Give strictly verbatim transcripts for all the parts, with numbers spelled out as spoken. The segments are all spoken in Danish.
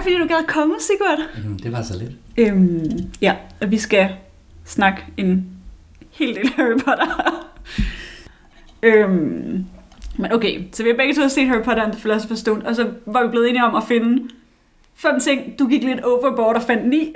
fordi du gad komme, Sigurd. Jamen, det var så lidt. Øhm, ja, og vi skal snakke en hel del Harry Potter. øhm, men okay, så vi har begge to har set Harry Potter and the Philosopher's Stone, og så var vi blevet enige om at finde fem ting. Du gik lidt overboard og fandt ni.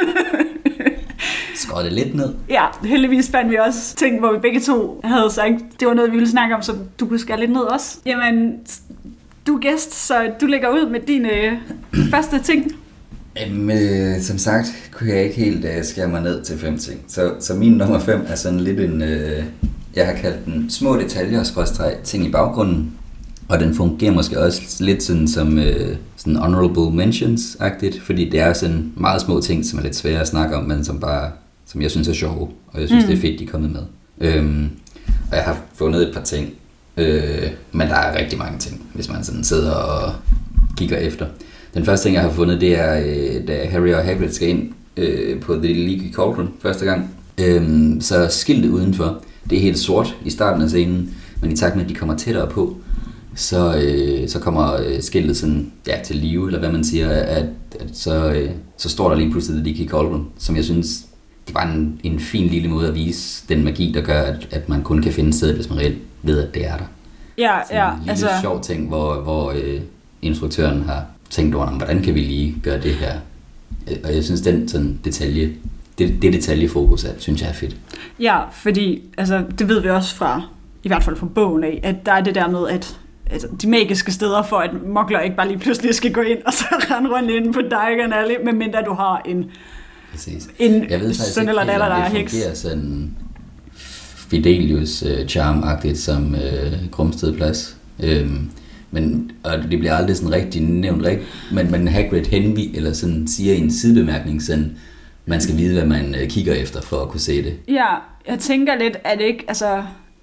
Skåret det lidt ned. Ja, heldigvis fandt vi også ting, hvor vi begge to havde sagt, det var noget, vi ville snakke om, så du kunne skære lidt ned også. Jamen, du er gæst, så du lægger ud med dine øh, første ting. Jamen, øh, som sagt, kunne jeg ikke helt øh, skære mig ned til fem ting. Så, så min nummer fem er sådan lidt en, øh, jeg har kaldt den små detaljer skråstreg ting i baggrunden. Og den fungerer måske også lidt sådan som øh, sådan honorable mentions-agtigt, fordi det er sådan meget små ting, som er lidt svære at snakke om, men som bare, som jeg synes er sjove, og jeg synes, mm. det er fedt, de er kommet med. Øhm, og jeg har fundet et par ting, øh, men der er rigtig mange ting, hvis man sådan sidder og kigger efter. Den første ting, jeg har fundet, det er, øh, da Harry og Hagrid skal ind øh, på The Leaky Cauldron første gang. Øh, så skiltet udenfor, det er helt sort i starten af scenen, men i takt med, at de kommer tættere på, så, øh, så kommer øh, skiltet sådan, ja, til live, eller hvad man siger, at, at så, øh, så står der lige pludselig The Leaky Cauldron, som jeg synes, det var en, en fin lille måde at vise den magi, der gør, at, at man kun kan finde stedet, hvis man reelt ved, at det er der. Ja, sådan ja. en lille altså... sjov ting, hvor, hvor øh, instruktøren har tænkt over, hvordan kan vi lige gøre det her? Og jeg synes, den sådan detalje, det, det detaljefokus, at, synes jeg er fedt. Ja, fordi altså, det ved vi også fra, i hvert fald fra bogen af, at der er det der med, at altså, de magiske steder for, at mugler ikke bare lige pludselig skal gå ind og så rende rundt inde på Diagon Alley, medmindre du har en, en jeg ved søn eller datter, der er heks. Det fungerer sådan Fidelius uh, charm-agtigt som uh, Krumstedplads. Øhm, men, og det bliver aldrig sådan rigtig nævnt rigtigt, men, men Hagrid henvi, eller sådan siger i en sidebemærkning, sådan, man skal vide, hvad man uh, kigger efter for at kunne se det. Ja, jeg tænker lidt, at det ikke, altså...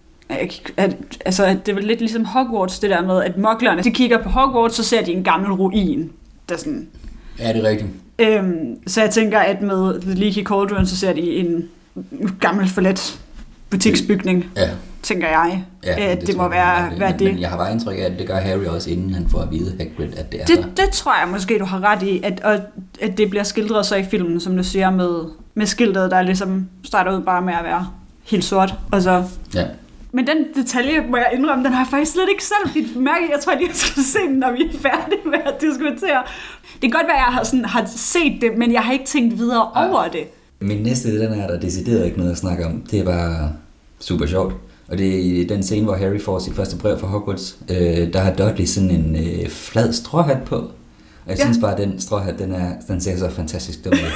At, altså, at det er vel lidt ligesom Hogwarts, det der med, at muglerne, de kigger på Hogwarts, så ser de en gammel ruin. Der sådan, ja, det er rigtigt. Øhm, så jeg tænker, at med The Leaky Cauldron, så ser de en gammel forladt butiksbygning, ja. tænker jeg. Ja, at det, det må være, det. være Men, det. men jeg har bare indtryk af, at det gør Harry også, inden han får at vide Hagrid, at det er det, der. det tror jeg måske, du har ret i, at, at det bliver skildret så i filmen, som du siger, med, med skiltet, der ligesom starter ud bare med at være helt sort, og så... Ja. Men den detalje, må jeg indrømme, den har jeg faktisk slet ikke selv blivet mærke. Jeg tror lige, jeg skal se den, når vi er færdige med at diskutere. Det kan godt være, at jeg har, sådan, har set det, men jeg har ikke tænkt videre ja. over det. Min næste, den er der decideret ikke noget at snakke om. Det er bare super sjovt. Og det er i den scene, hvor Harry får sit første brev fra Hogwarts. Øh, der har Dudley sådan en øh, flad stråhat på. Og jeg ja. synes bare, at den stråhat, den, er, den ser så fantastisk dum ud.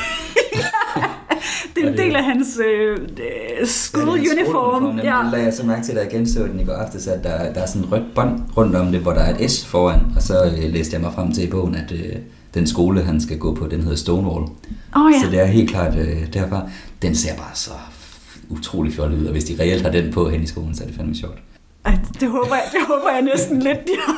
Det er en del af hans øh, school uniform. Ja. Det lagde jeg så mærke til, da jeg genså den i går aftes, at der, der er sådan et rødt bånd rundt om det, hvor der er et S foran. Og så øh, læste jeg mig frem til i bogen, at øh, den skole, han skal gå på, den hedder Stonewall. Oh, ja. Så det er helt klart øh, derfra. Den ser bare så utrolig fjollet ud, og hvis de reelt har den på hen i skolen, så er det fandme sjovt. Ej, det håber jeg, det håber jeg næsten lidt, ja.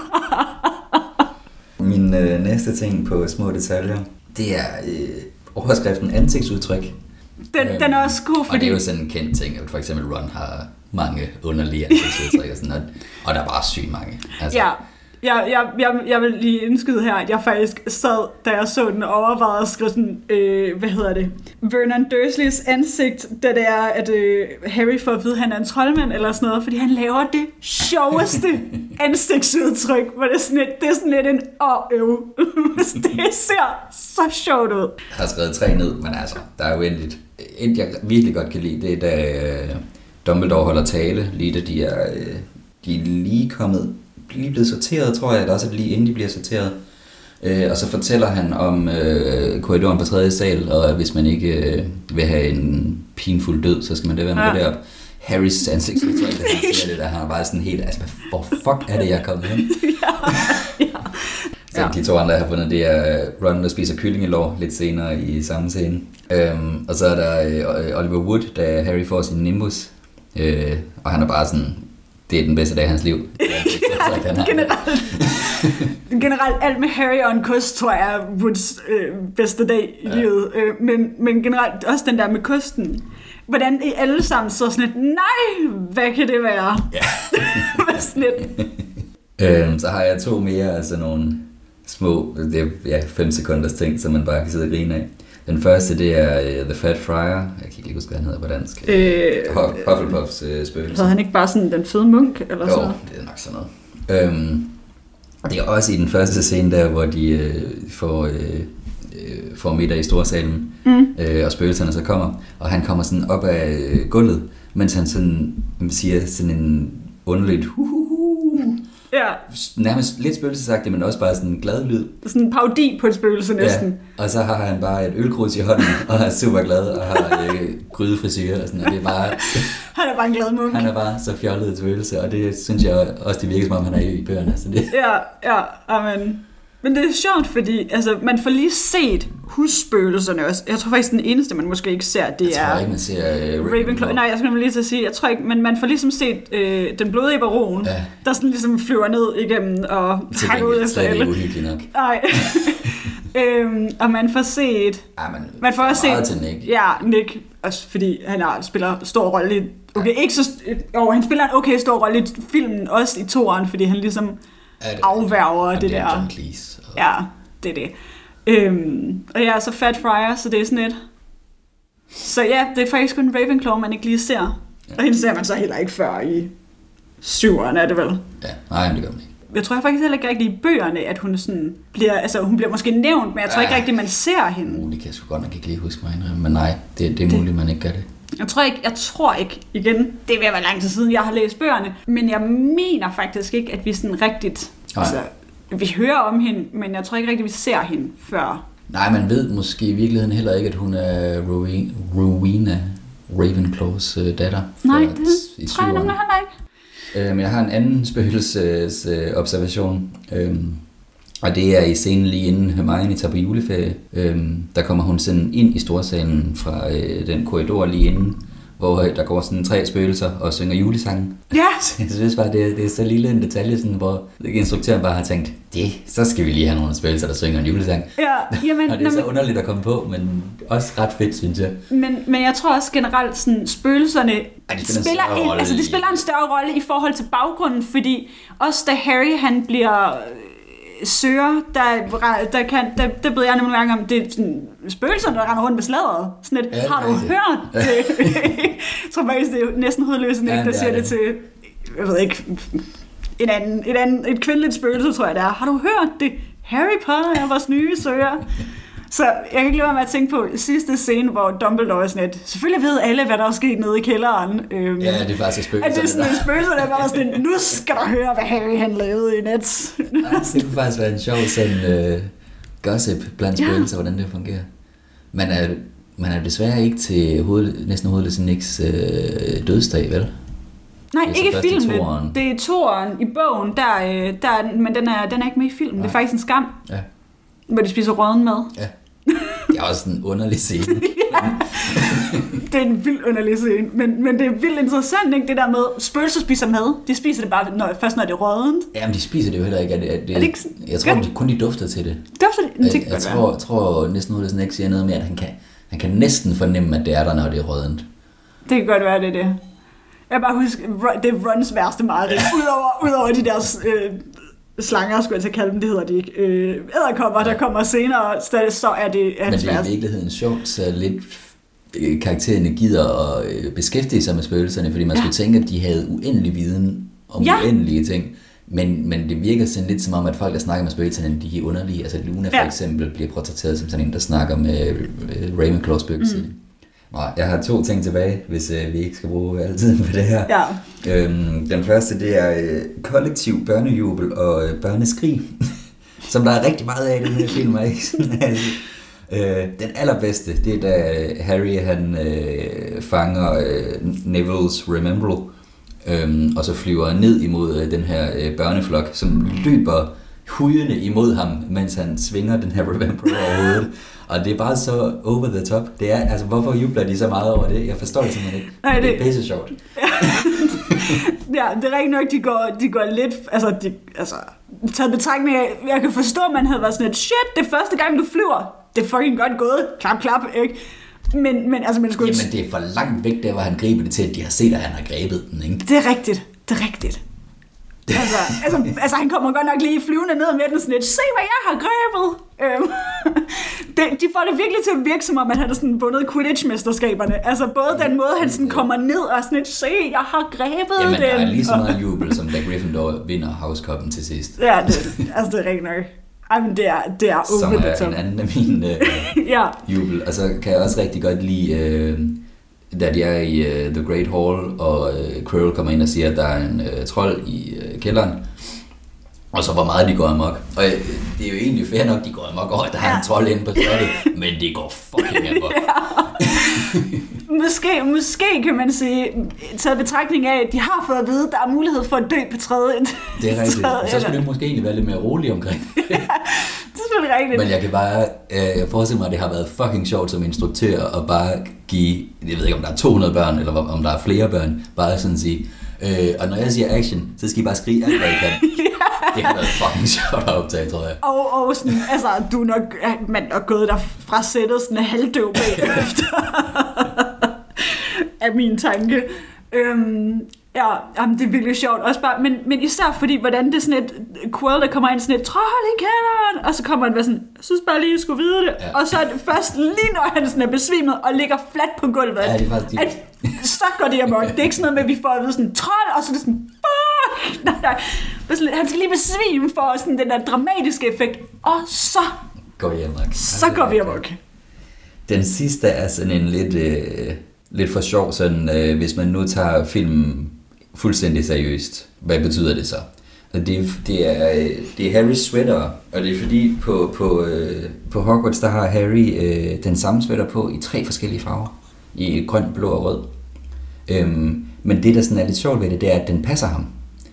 Min øh, næste ting på små detaljer, det er øh, overskriften ansigtsudtryk. Den, øhm, den er også god, fordi... Og det er jo sådan en kendt ting, at for eksempel Ron har mange underlige ansigtsudtryk, og, sådan, og, og der er bare sygt mange. Altså. Ja, jeg, jeg, jeg, jeg vil lige indskyde her, at jeg faktisk sad, da jeg så den, overvejede at skrive sådan, øh, hvad hedder det, Vernon Dursleys ansigt, da det er, at øh, Harry får at vide, at han er en troldmand eller sådan noget, fordi han laver det sjoveste ansigtsudtryk, hvor det er sådan lidt, det er sådan lidt en åh-øv. Det ser så sjovt ud. Jeg har skrevet tre ned, men altså, der er jo endeligt. Et, jeg virkelig godt kan lide, det er, da øh, Dumbledore holder tale, lige da de er, øh, de er lige kommet, lige blevet sorteret, tror jeg, eller også lige inden de bliver sorteret. Øh, og så fortæller han om øh, korridoren på tredje sal, og hvis man ikke øh, vil have en pinfuld død, så skal man det være med ja. derop. Harrys ansigtsudtryk, da han siger det, der han er bare sådan helt, altså, hvor fuck er det, jeg er kommet hen? ja, ja. Så de to andre, jeg har fundet, det er Ron, der spiser kyllingelår lidt senere i samme scene. Øhm, og så er der øh, Oliver Wood, da Harry får sin Nimbus, øh, og han er bare sådan, det er den bedste dag i hans liv. Ja, generelt, generelt alt med Harry og en kost, tror jeg er Woods øh, bedste dag i ja. livet. Øh, men, men generelt også den der med kosten. Hvordan I alle sammen så sådan et, nej, hvad kan det være? Ja. sådan et. øhm, så har jeg to mere, altså nogle små, det er ja, fem sekunders ting, som man bare kan sidde og grine af. Den første, det er uh, The Fat Friar. Jeg kan ikke lige huske, hvad han hedder på dansk. Øh, Hufflepuffs uh, spøgelse. Havde han ikke bare sådan den fede munk? Eller jo, sådan? det er nok sådan noget. Øhm, det er også i den første scene der, hvor de øh, får, øh, øh, får middag i storsalen, mm. øh, og spøgelserne så kommer, og han kommer sådan op af øh, gulvet, mens han sådan siger sådan en underligt huhuhu. Ja. Nærmest lidt spøgelsesagtigt, men også bare sådan en glad lyd. Sådan en parodi på et spøgelse næsten. Ja, og så har han bare et ølkrus i hånden, og er super glad, og har øh, grydefrisyre og sådan, og det er bare... Han er bare en glad munk. Han er bare så fjollet et spøgelse, og det synes jeg også, det virker som om, han er i bøgerne. Så det... Ja, ja, amen. Men det er sjovt, fordi altså, man får lige set husspøgelserne også. Jeg tror faktisk, den eneste, man måske ikke ser, det jeg er... Jeg tror ikke, man ser uh, Ravenclaw. Ravenclaw. Nej, jeg skulle lige til at sige, jeg tror ikke, men man får ligesom set øh, den blodige baron, ja. Der sådan ligesom flyver ned igennem og hakker ud efter alle. Det er uhyggeligt nok. Nej. øhm, og man får set... Ja, man, man får også set... til Nick. Ja, Nick. Også fordi han har, spiller stor rolle i... Okay, ja. Ikke så... Jo, han spiller en okay stor rolle i filmen, også i toeren, fordi han ligesom... Ja, det, afværger det, det der. John Cleese, og... Ja, det er det. Øhm, og jeg er så Fat Friar, så det er sådan et. Så ja, det er faktisk kun Ravenclaw, man ikke lige ser. Ja. Og hende ser man så heller ikke før i syveren, er det vel? Ja, nej, det gør man ikke. Jeg tror faktisk heller ikke rigtig i bøgerne, at hun sådan bliver, altså hun bliver måske nævnt, men jeg tror ja. ikke rigtig, man ser hende. Uh, det kan jeg sgu godt nok ikke lige huske mig indrømme, men nej, det, det er muligt, man ikke gør det. Jeg tror ikke, jeg tror ikke, igen, det er ved at være lang tid siden, jeg har læst bøgerne, men jeg mener faktisk ikke, at vi sådan rigtigt, nej. Altså, vi hører om hende, men jeg tror ikke rigtigt, vi ser hende før. Nej, man ved måske i virkeligheden heller ikke, at hun er Rowena Ravenclaws øh, datter. Nej, det tror jeg nemlig heller ikke. Øhm, jeg har en anden spøgelses øh, observation, øhm, og det er i scenen lige inden Hermione tager på juleferie. Øhm, der kommer hun sådan ind i storsalen fra øh, den korridor lige inden, hvor der går sådan tre spøgelser og synger julesangen. Ja. Så jeg synes bare, det, det er så lille en detalje, sådan, hvor instruktøren bare har tænkt, det, så skal vi lige have nogle spøgelser, der synger en julesang. Ja, jamen, og det er så underligt at komme på, men også ret fedt, synes jeg. Men, men jeg tror også generelt, sådan, spøgelserne ja, de spiller, spiller, en, altså, de spiller en større rolle i forhold til baggrunden, fordi også da Harry han bliver... søger, der, der, kan, der, der beder jeg nogle gange om, det er sådan, spøgelserne, der render rundt med sladret. Sådan et, ja, har du det. hørt det? Jeg tror faktisk, det er næsten hovedløsen, ja, der siger det, det til, jeg ved ikke, en anden, et, anden, et kvindeligt spøgelse, tror jeg det er. Har du hørt det? Harry Potter er vores nye søger. Så jeg kan ikke lade være med at tænke på sidste scene, hvor Dumbledore er sådan et, selvfølgelig ved alle, hvad der er sket nede i kælderen. Øhm, ja, det er faktisk spøgelser. At det er sådan en spøgelse, der er bare sådan, nu skal du høre, hvad Harry han lavede i nat. Ja, det kunne faktisk være en sjov sådan, uh, gossip blandt spøgelser, ja. Hvordan det fungerer. Man er, man er desværre ikke til hoved, næsten hovedløse Nicks uh, dødsdag, vel? Nej, ikke i filmen. Det er toeren i bogen, der, der, men den er, den er ikke med i filmen. Nej. Det er faktisk en skam. Ja. Hvor de spiser rødden mad. Ja. Det er også en underlig scene. Ja. Det er en vild underlig scene. Men, men det er vildt interessant, ikke? Det der med, spøgelser spiser mad. De spiser det bare når, først, når det er røddent. Jamen, de spiser det jo heller ikke. Er det, er det, er det ikke jeg tror, de, kun de dufter til det. Dufter det? Jeg, jeg, jeg tror, tror næsten noget, der ikke siger noget mere, at han kan, han kan næsten fornemme, at det er der, når det er røddent. Det kan godt være, det er det. Jeg bare husker, det er Rons værste mareridt. Udover, udover de der... Øh, slanger, skulle jeg til kalde dem, det hedder de ikke. Øh, edderkopper, der kommer senere, så er det hans Men det er i virkeligheden sjovt, så lidt øh, karaktererne gider at øh, beskæftige sig med spøgelserne, fordi man ja. skulle tænke, at de havde uendelig viden om ja. uendelige ting. Men, men det virker sådan lidt som om, at folk, der snakker med spøgelserne, de er underlige. Altså Luna for ja. eksempel bliver portrætteret som sådan en, der snakker med øh, Ravenclaws spøgelse. Mm. Jeg har to ting tilbage, hvis øh, vi ikke skal bruge al tiden på det her. Ja. Øhm, den første, det er øh, kollektiv børnejubel og øh, børneskrig, som der er rigtig meget af i den her film. Ikke? øh, den allerbedste, det er da Harry han øh, fanger øh, Neville's Remembrall, øh, og så flyver ned imod øh, den her øh, børneflok, som løber hujende imod ham, mens han svinger den her Remembrall over hovedet. Og det er bare så over the top. Det er, altså, hvorfor jubler de så meget over det? Jeg forstår det simpelthen ikke. Nej, det, det er pisse sjovt. Ja, det er rigtig nok, de går, de går lidt... Altså, de, altså taget betragtning af... Jeg kan forstå, at man havde været sådan et, shit, det er første gang, du flyver. Det er fucking godt gået. Klap, klap, ikke? Men, men altså, man skulle... Jamen, det er for langt væk, der hvor han griber det til, at de har set, at han har grebet den, ikke? Det er rigtigt. Det er rigtigt. Altså, altså, altså, han kommer godt nok lige flyvende ned med den sådan lidt, se hvad jeg har grebet. Øhm, det, de får det virkelig til at virke som om, at han har sådan vundet Quidditch-mesterskaberne. Altså både den måde, han sådan kommer ned og sådan lidt, se, jeg har grebet Jamen, den. der er lige så meget jubel, som da Gryffindor vinder House-Cuppen til sidst. Ja, det, altså det er rigtig nok. Ej, men det er, det er over the top. Som er en anden af mine øh, ja. jubel. Og så kan jeg også rigtig godt lide, øh, da de er i uh, The Great Hall, og uh, Quirrell kommer ind og siger, at der er en uh, trold i uh, kælderen. Og så hvor meget de går amok. Og øh, det er jo egentlig fair nok, de går amok over, at der ja. er en trold inde på slottet, men det går fucking amok. måske, måske kan man sige, taget betragtning af, at de har fået at vide, at der er mulighed for at dø på tredje. Det er rigtigt. Så skulle det måske egentlig være lidt mere roligt omkring. Ja, det er selvfølgelig rigtigt. Men jeg kan bare, øh, jeg forestiller mig, at det har været fucking sjovt som instruktør at bare give, jeg ved ikke om der er to hundrede børn, eller om der er flere børn, bare sådan sige, øh, og når jeg siger action, så skal I bare skrige alt, hvad I kan. Det har været fucking sjovt at optage, tror jeg. Og, og sådan, altså, du er nok, man er gået der fra sættet sådan halvdøv bagefter. af min tanke. Øhm, ja, jamen, det er virkelig sjovt. Også bare, men, men især fordi, hvordan det er sådan et Quirrell, der kommer ind sådan et trold i kælderen, og så kommer han med sådan, jeg synes bare lige, jeg skulle vide det. Ja. Og så er det først lige når han sådan er besvimet og ligger fladt på gulvet, ja, det er faktisk... at, så går det amok. Det er ikke sådan noget med, at vi får at vide sådan, trold, og så er det sådan, fuck! Nej, nej. Han skal lige besvime for sådan den der dramatiske effekt, og så går vi amok. Så går vi amok. Den sidste er sådan en lidt, øh, lidt for sjov, sådan, øh, hvis man nu tager filmen fuldstændig seriøst. Hvad betyder det så? Og det, det, er, det er Harrys sweater, og det er fordi på, på, øh, på Hogwarts, der har Harry øh, den samme sweater på i tre forskellige farver. I grøn, blå og rød. Øhm, men det, der sådan er lidt sjovt ved det, det er, at den passer ham.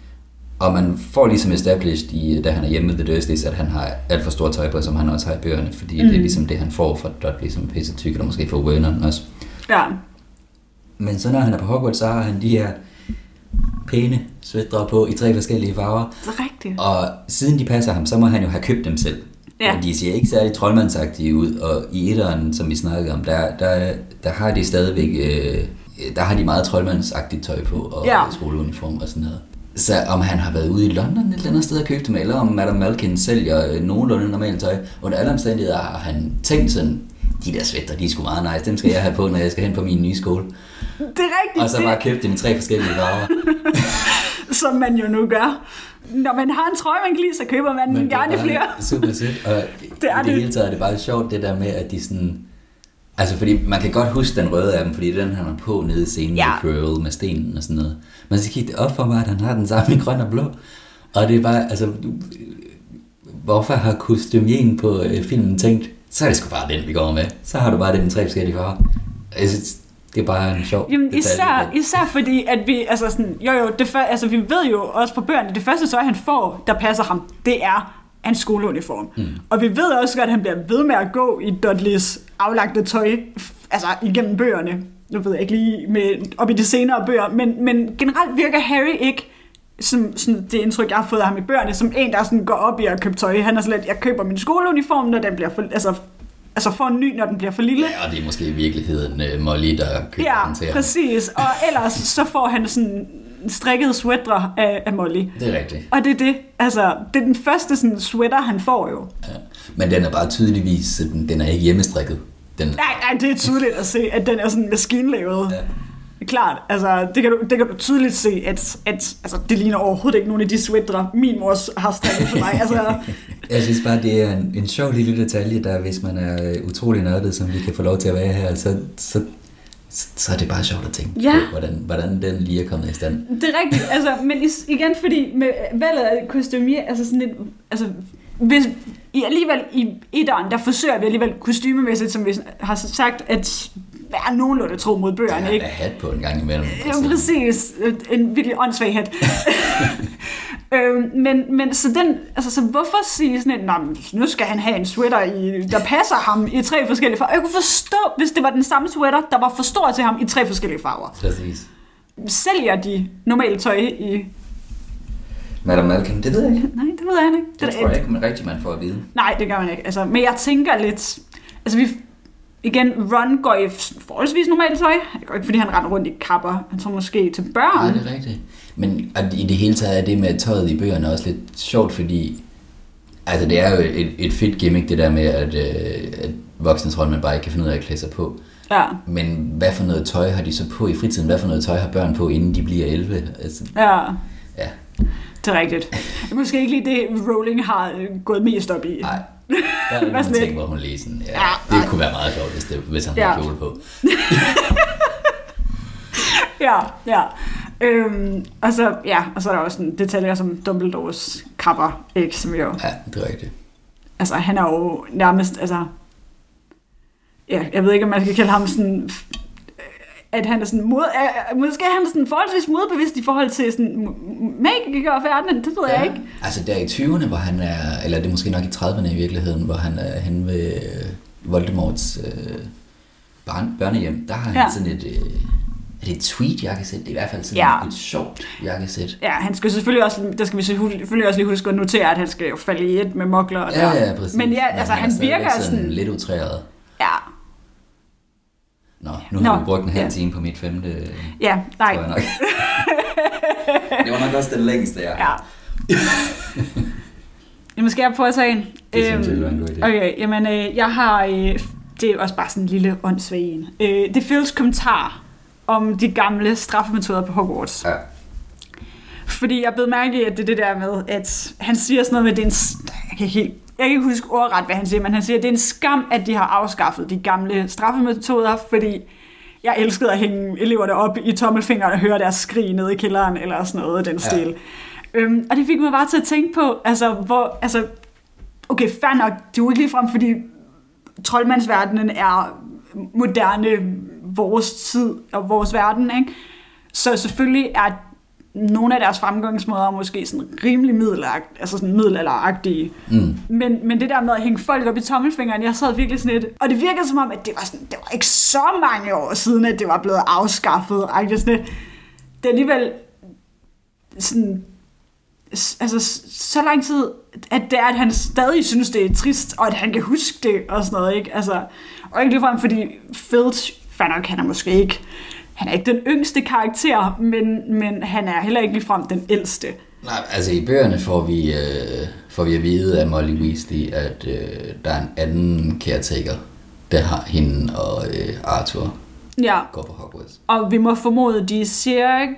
Og man får ligesom established, i, da han er hjemme med The Dursleys, at han har alt for stort tøj på, som han også har i bøgerne, fordi mm. det er ligesom det, han får fra Dudley, som pisse tyk, eller måske fra Vernon også. Ja. Men så når han er på Hogwarts, så har han de her pæne sweatre på i tre forskellige farver. Det er rigtigt. Og siden de passer ham, så må han jo have købt dem selv. Ja. Og de ser ikke særlig troldmandsagtige ud, og i etteren, som vi snakkede om, der, der, der har de stadigvæk, øh, der har de meget troldmandsagtigt tøj på, og ja. skoleuniform og sådan noget. Så om han har været ude i London et eller andet sted og købt dem, eller om Madame Malkin sælger nogenlunde normalt tøj, under alle omstændigheder har han tænkt sådan, de der sweater, de er sgu meget nice, dem skal jeg have på, når jeg skal hen på min nye skole. Det er rigtigt. Og så bare købt dem i tre forskellige farver. Som man jo nu gør. Når man har en trøje, man kan lide, så køber man den gerne flere. Super sødt, og det er i det, det hele taget er det bare sjovt, det der med, at de sådan... Altså, fordi man kan godt huske den røde af dem, fordi den han har på nede i scenen ja. med Quirrell, med stenen og sådan noget. Men så kigger det op for mig, at han har den samme i grøn og blå. Og det er bare, altså... Hvorfor har kostymien på øh, filmen tænkt, så er det sgu bare den, vi går med. Så har du bare den i tre forskellige farver. Jeg synes, det er bare en sjov Jamen, især, især fordi, at vi, altså sådan, jo jo, det, altså, vi ved jo også på bøgerne, det første tøj, han får, der passer ham, det er hans skoleuniform. Mm. Og vi ved også godt, at han bliver ved med at gå i Dudleys aflagte tøj, altså igennem bøgerne. Nu ved jeg ikke lige med, op i de senere bøger, men, men generelt virker Harry ikke, som sådan det indtryk, jeg har fået af ham i bøgerne, som en, der sådan går op i at købe tøj. Han er sådan lidt, jeg køber min skoleuniform, når den bliver for, altså, altså får en ny, når den bliver for lille. Ja, og det er måske i virkeligheden uh, Molly, der køber ja, den til ham. Ja, præcis. Og ellers så får han sådan strikkede sweatre af, af Molly. Det er rigtigt. Og det er det. Altså, det er den første sådan, sweater, han får jo. Ja. Men den er bare tydeligvis, den, den er ikke hjemmestrikket. Den... Nej, nej, det er tydeligt at se, at den er sådan maskinlavet. Ja. Klart, altså det kan du, det kan du tydeligt se, at, at altså, det ligner overhovedet ikke nogen af de sweatre, min mor har strikket for mig. Altså. Jeg synes bare, det er en, en sjov lille detalje, der hvis man er utrolig nørdet, som vi kan få lov til at være her, så, så, så er det bare sjovt at tænke ja. på, hvordan, hvordan den lige er kommet i stand. Det er rigtigt, altså, men igen, fordi med valget af kostumier, altså sådan lidt, altså hvis i alligevel i etteren, der forsøger vi alligevel kostymemæssigt, som vi har sagt, at være nogenlunde tro mod bøgerne, ja, ikke? Ja, hat på en gang imellem. Ja, præcis. En virkelig åndssvag hat. øhm, men, men så den, altså så hvorfor sige sådan en, nu skal han have en sweater, i, der passer ham i tre forskellige farver. Jeg kunne forstå, hvis det var den samme sweater, der var for stor til ham i tre forskellige farver. Præcis. Sælger de normalt tøj i... Madame Malkin, det ved jeg ikke. Nej, det ved jeg ikke. Det, det tror jeg ikke, men rigtig man får at vide. Nej, det gør man ikke. Altså, men jeg tænker lidt... Altså, vi... Igen, Ron går i forholdsvis normalt tøj. Det går ikke, fordi han render rundt i kapper. Han tror måske til børn. Nej, det er rigtigt. Men i det hele taget er det med tøjet i bøgerne også lidt sjovt, fordi altså, det er jo et, et fedt gimmick, det der med, at, øh, at voksne tror, man bare ikke kan finde ud af at klæde sig på. Ja. Men hvad for noget tøj har de så på i fritiden? Hvad for noget tøj har børn på, inden de bliver elleve? Altså, ja. Ja. Det er rigtigt. Det er måske ikke lige det, Rowling har gået mest op i. Nej. Der er nogle ting, hvor hun lige sådan, ja, ja, det kunne være meget sjovt, hvis, det, hvis han ja. havde kjole på. ja, ja. Øhm, og, så, ja, og så er der også sådan detaljer som Dumbledores kapper, ikke, som jo... Ja, det er rigtigt. Altså, han er jo nærmest, altså... Ja, jeg ved ikke, om man skal kalde ham sådan... At han er sådan mod... Måske er han sådan forholdsvis modbevidst i forhold til sådan magikere og færden, det ved ja, jeg ikke. Altså, der i tyverne, hvor han er... Eller det er måske nok i trediverne i virkeligheden, hvor han er hen ved Voldemorts øh, barn, børnehjem. Der har han ja. sådan et... Øh, er det et tweed-jakkesæt? Det er i hvert fald sådan ja. et sjovt jakkesæt. Ja, han skal selvfølgelig også, der skal vi selvfølgelig også lige huske at notere, at han skal jo falde i et med mokler. Og ja, ja, præcis. Men ja, altså, han, han virker sådan... sådan lidt utræret. Ja. Nå, nu har Nå, vi brugt en halv ja. time på mit femte. Ja, nej. Tror jeg nok. Det var nok også den længste, jeg ja. Jamen, skal jeg prøve at tage en? Det synes jeg, det var en god idé. Okay, jamen, øh, jeg har... Øh, det er også bare sådan en lille åndssvag en. Øh, det er Phils kommentar om de gamle straffemetoder på Hogwarts. Ja. Fordi jeg blev mærke i, at det er det der med, at han siger sådan noget med, at det er en... Jeg kan helt... Jeg kan ikke huske ordret, hvad han siger, men han siger, at det er en skam, at de har afskaffet de gamle straffemetoder, fordi jeg elskede at hænge eleverne op i tommelfingeren og høre deres skrig nede i kælderen, eller sådan noget af den stil. Ja. Øhm, og det fik mig bare til at tænke på, altså, hvor, altså, okay, fair nok, det er jo ikke ligefrem, fordi troldmandsverdenen er moderne vores tid og vores verden, ikke? Så selvfølgelig er nogle af deres fremgangsmåder måske sådan rimelig middelalderagtige, altså sådan middelalderagtige. Mm. Men, men det der med at hænge folk op i tommelfingeren, jeg sad virkelig sådan et, og det virkede som om, at det var, sådan, det var ikke så mange år siden, at det var blevet afskaffet. Sådan et, det er alligevel sådan, altså så lang tid, at det er, at han stadig synes, det er trist, og at han kan huske det og sådan noget, ikke? Altså, og ikke ligefrem, fordi Filch, fair nok, han er måske ikke Han er ikke den yngste karakter, men, men han er heller ikke ligefrem den ældste. Nej, altså i bøgerne får vi, øh, får vi at vide af Molly Weasley, at øh, der er en anden caretaker, der har hende og øh, Arthur ja. går på Hogwarts. Og vi må formode, de cirka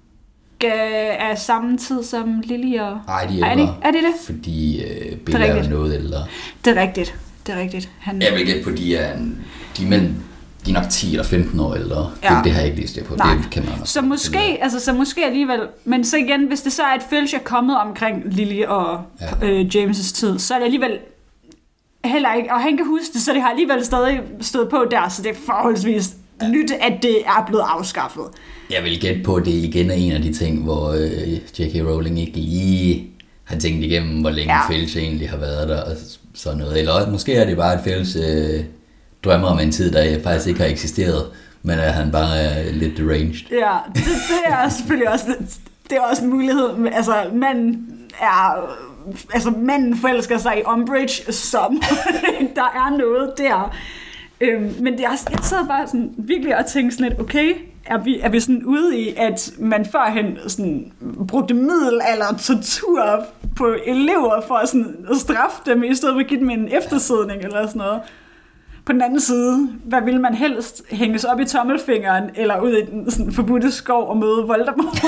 er samme tid som Lily og... Nej, de er ældre. Er det er det? det? Fordi øh, Bella er, er noget ældre. Det er rigtigt. Det er rigtigt. Han... Jeg vil gætte på, de er, en, de er mellem... De er nok ti eller femten år ældre. Ja. Det, det har jeg ikke lige styr på. Nej. Det kan man også. Så måske, altså, så måske alligevel... Men så igen, hvis det så er, at Filch er kommet omkring Lily og ja. øh, James' tid, så er det alligevel heller ikke... Og han kan huske det, så det har alligevel stadig stået på der, så det er forholdsvis ja. nyt, at det er blevet afskaffet. Jeg vil gætte på, at det igen er en af de ting, hvor øh, J K. Rowling ikke lige har tænkt igennem, hvor længe ja. Filch egentlig har været der og sådan noget. Eller måske er det bare, at Filch... Øh, drømmer om en tid, der faktisk ikke har eksisteret, men at han bare er lidt deranged. Ja, det, det er selvfølgelig også, det er også en mulighed. Altså, manden er, altså, manden forelsker sig i Umbridge, som der er noget der. Øhm, men det er, jeg sad bare sådan virkelig og tænkte sådan lidt, okay, er vi, er vi sådan ude i, at man førhen sådan brugte middel eller tortur på elever for at, sådan, at straffe dem, i stedet for at give dem en eftersidning eller sådan noget? På den anden side, hvad vil man helst? Hænges op i tommelfingeren, eller ud i den sådan, forbudte skov og møde Voldemort?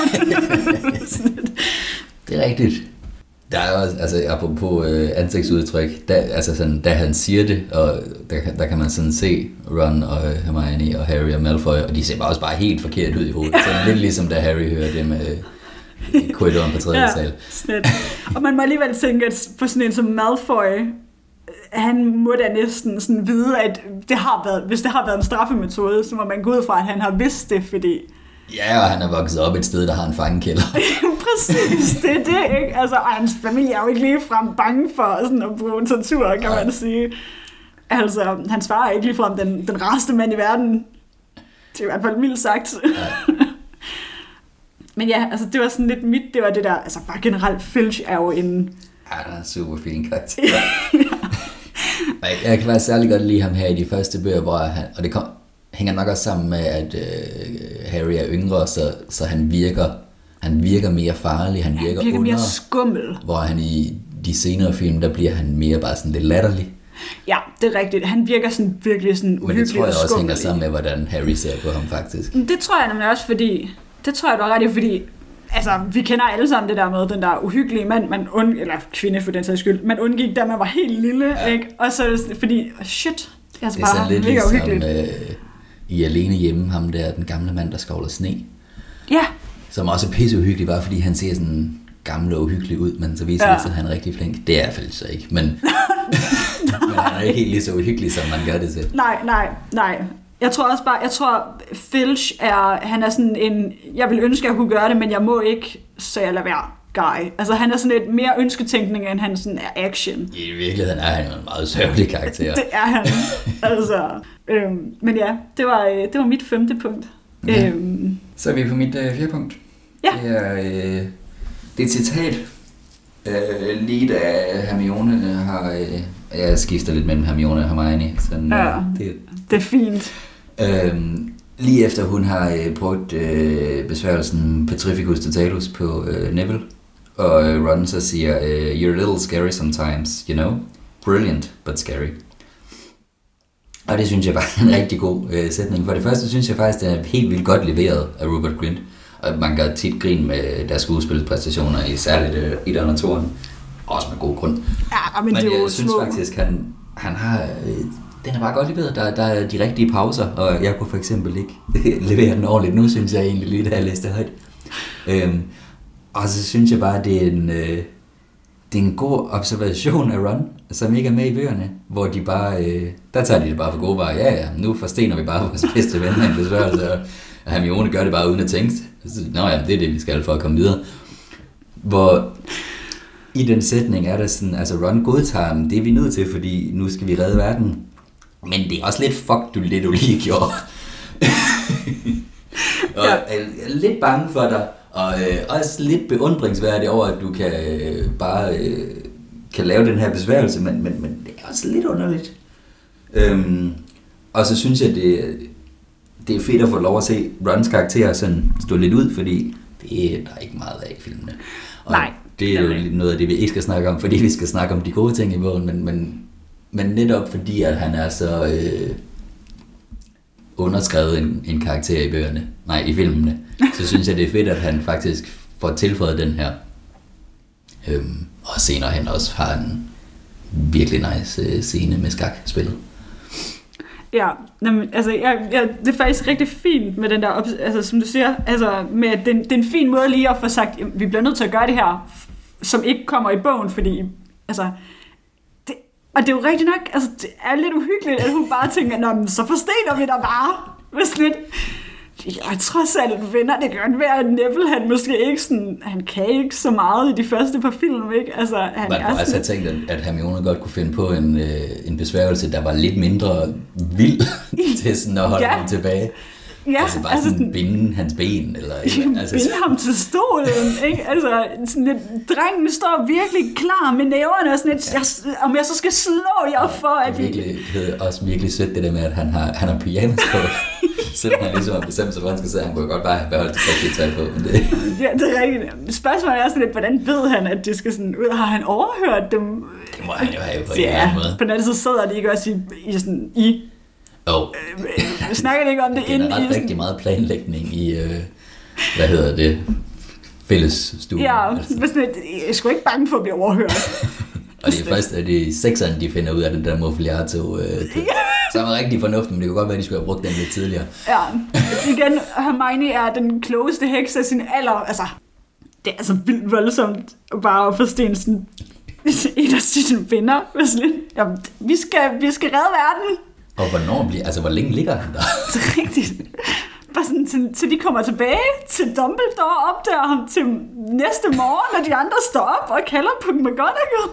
Det er rigtigt. Der er også, altså apropos øh, ansigtsudtryk, da, altså sådan, da han siger det, og der, der kan man sådan se Ron og Hermione og Harry og Malfoy, og de ser bare også bare helt forkert ud i hovedet. Så lidt ligesom da Harry hører det med øh, korridoren på tredje ja, sal. Snit. Og man må alligevel tænke, at for sådan en som Malfoy, han må da næsten sådan vide, at det har været, hvis det har været en straffemetode, så må man gå ud fra, at han har vidst det, fordi... Ja, og han er vokset op et sted, der har en fangekælder. Præcis, det er det, ikke? Altså, og hans familie er jo ikke ligefrem bange for sådan at bruge tortur, kan man sige. Altså, han svarer ikke ligefrem den, den rareste mand i verden. Det er i hvert fald mildt sagt. Ja. Men ja, altså, det var sådan lidt mit, det var det der, altså bare generelt, Filch er jo en... Ja, der er super fin karakter. Ja. Jeg, jeg kan faktisk særlig godt lide ham her i de første bøger, hvor han, og det kom, hænger nok også sammen med, at øh, Harry er yngre, så, så han virker han virker mere farlig, han virker, han virker under, mere skummel. Hvor han i de senere film, der bliver han mere bare sådan lidt latterlig. Ja, det er rigtigt. Han virker sådan virkelig sådan uhyggelig. Men det tror jeg også skummel. hænger sammen med, hvordan Harry ser på ham faktisk. Det tror jeg nemlig også, fordi det tror jeg du er ret i, fordi altså, vi kender alle sammen det der med den der uhyggelige mand, man und, eller kvinde for den sags skyld, man undgik, da man var helt lille, ja. Ikke? Og så er det fordi, oh shit, jeg er, det er sådan lidt ligesom uhyggeligt. Øh, i Alene Hjemme, ham der, den gamle mand, der skovler sne. Ja. Som også er pisse uhyggelig, bare fordi han ser sådan gammel og uhyggelig ud, men så viser ja. det sig, at han er rigtig flink. Det er jeg faktisk så ikke, men, men han er ikke helt lige så uhyggelig, som man gør det til. Nej, nej, nej. Jeg tror også bare, jeg tror Filch er, han er sådan en, jeg vil ønske, at jeg kunne gøre det, men jeg må ikke, så jeg lader være guy. Altså han er sådan lidt mere ønsketænkning, end han sådan er action. I virkeligheden er han jo en meget sørgelig karakter. Det er han. Altså, øhm, men ja, det var, det var mit femte punkt. Ja. Øhm. Så er vi på mit øh, fjerde punkt. Ja. Det er, øh, det er et citat. Øh, lige da Hermione har... Øh, jeg skifter lidt mellem Hermione og Hermione. Sådan, ja, øh, det, det er fint. Øh, lige efter hun har øh, brugt øh, besværgelsen Petrificus Totalus på øh, Neville, og øh, Ron så siger, øh, you're a little scary sometimes, you know? Brilliant, but scary. Og det synes jeg bare er en rigtig god øh, sætning. For det første synes jeg faktisk, det er helt vildt godt leveret af Rupert Grint. Og man gør tit grin med deres skuespilspræstationer, i særligt øh, i den og toren. Også med god grund. Ja, men, men det er jeg jo synes små. faktisk, han, han har... Øh, den er bare godt leveret. Der, der er de rigtige pauser, og jeg kunne for eksempel ikke levere den ordentligt. Nu synes jeg egentlig lige, da jeg læste det højt. Øhm, og så synes jeg bare, det er en... Øh, det er en god observation af Ron, som ikke er med i bøgerne, hvor de bare, øh, der tager de det bare for gode varer. Ja, ja, nu forstener vi bare vores bedste ven med en besværgelse, og Hermione gør det bare uden at tænke. Nå ja, det er det, vi skal for at komme videre. Hvor i den sætning er der sådan, altså Ron godtager ham, det er vi nødt til, fordi nu skal vi redde verden. Men det er også lidt fuck, du det du lige gjorde. Og jeg er lidt bange for dig. Og øh, også lidt beundringsværdigt over, at du kan øh, bare øh, kan lave den her besværgelse, men, men, men det er også lidt underligt. Øhm, og så synes jeg, det, det er fedt at få lov at se Rons karakter sådan stå lidt ud, fordi det er der er ikke meget af i filmene. Og nej. Det er jo noget af det, vi ikke skal snakke om, fordi vi skal snakke om de gode ting i bogen, men, men, men netop fordi, at han er så øh, underskrevet en, en karakter i bøgerne, nej, i filmene, så synes jeg, det er fedt, at han faktisk får tilføjet den her. Øhm, og senere hen også har en virkelig nice øh, scene med skakspillet. Ja, jamen, altså, jeg, jeg, det er faktisk rigtig fint med den der, altså, som du siger, altså, med at det, det er en fin måde lige at få sagt, jamen, vi bliver nødt til at gøre det her, som ikke kommer i bogen, fordi, altså, det, og det er jo rigtig nok, altså, det er lidt uhyggeligt, at hun bare tænker, nå, men så forstener vi dig bare, hvis lidt. Jeg trods alt venner, det kan godt være, at Neville, han måske ikke sådan, han kan ikke så meget i de første par film, ikke? Altså, han Man kunne også have tænkt, at, at Hermione godt kunne finde på en, øh, en besværgelse, der var lidt mindre vild til sådan at holde ja. ham tilbage. Ja, altså bare altså, sådan binde hans ben, eller... Altså, altså, binde ham til stolen, ikke? Altså, sådan lidt, drengen står virkelig klar med næverne, og sådan lidt, jeg, om jeg så skal slå jer for, at... Det er virkelig, det er også virkelig sødt, det der med, at han har, han har pyjamas på. Selvom han ligesom har bestemt sig, hvor han skal sidde, han kunne godt bare have beholdt det rigtige tøj på. Men det... Ja, det er rigtigt. Spørgsmålet er sådan lidt, hvordan ved han, at det skal sådan ud? Har han overhørt dem? Det må han jo have på en ja, eller anden måde. På den anden side sidder de ikke også i, i sådan, i... Oh. Øh, snakker de ikke om det inde i... Det er ret rigtig sådan... meget planlægning i, øh, hvad hedder det, fælles stue. Ja, altså. Jeg er sgu ikke bange for at blive overhørt. Og det er først, at det er sekseren, de finder ud af den der Mofliato. Øh, så var rigtig fornuftigt, men det kunne godt være, at de skulle have brugt den lidt tidligere. Ja, igen, Hermione er den klogeste heks af sin alder. Altså, det er altså vildt voldsomt bare at forstå sådan en af sine venner. Jamen, vi skal, vi skal redde verden. Og hvornår bliver, altså hvor længe ligger han der? Det er rigtigt. Bare sådan, til, til de kommer tilbage, til Dumbledore opdager ham til næste morgen, og de andre står op og kalder på McGonagall.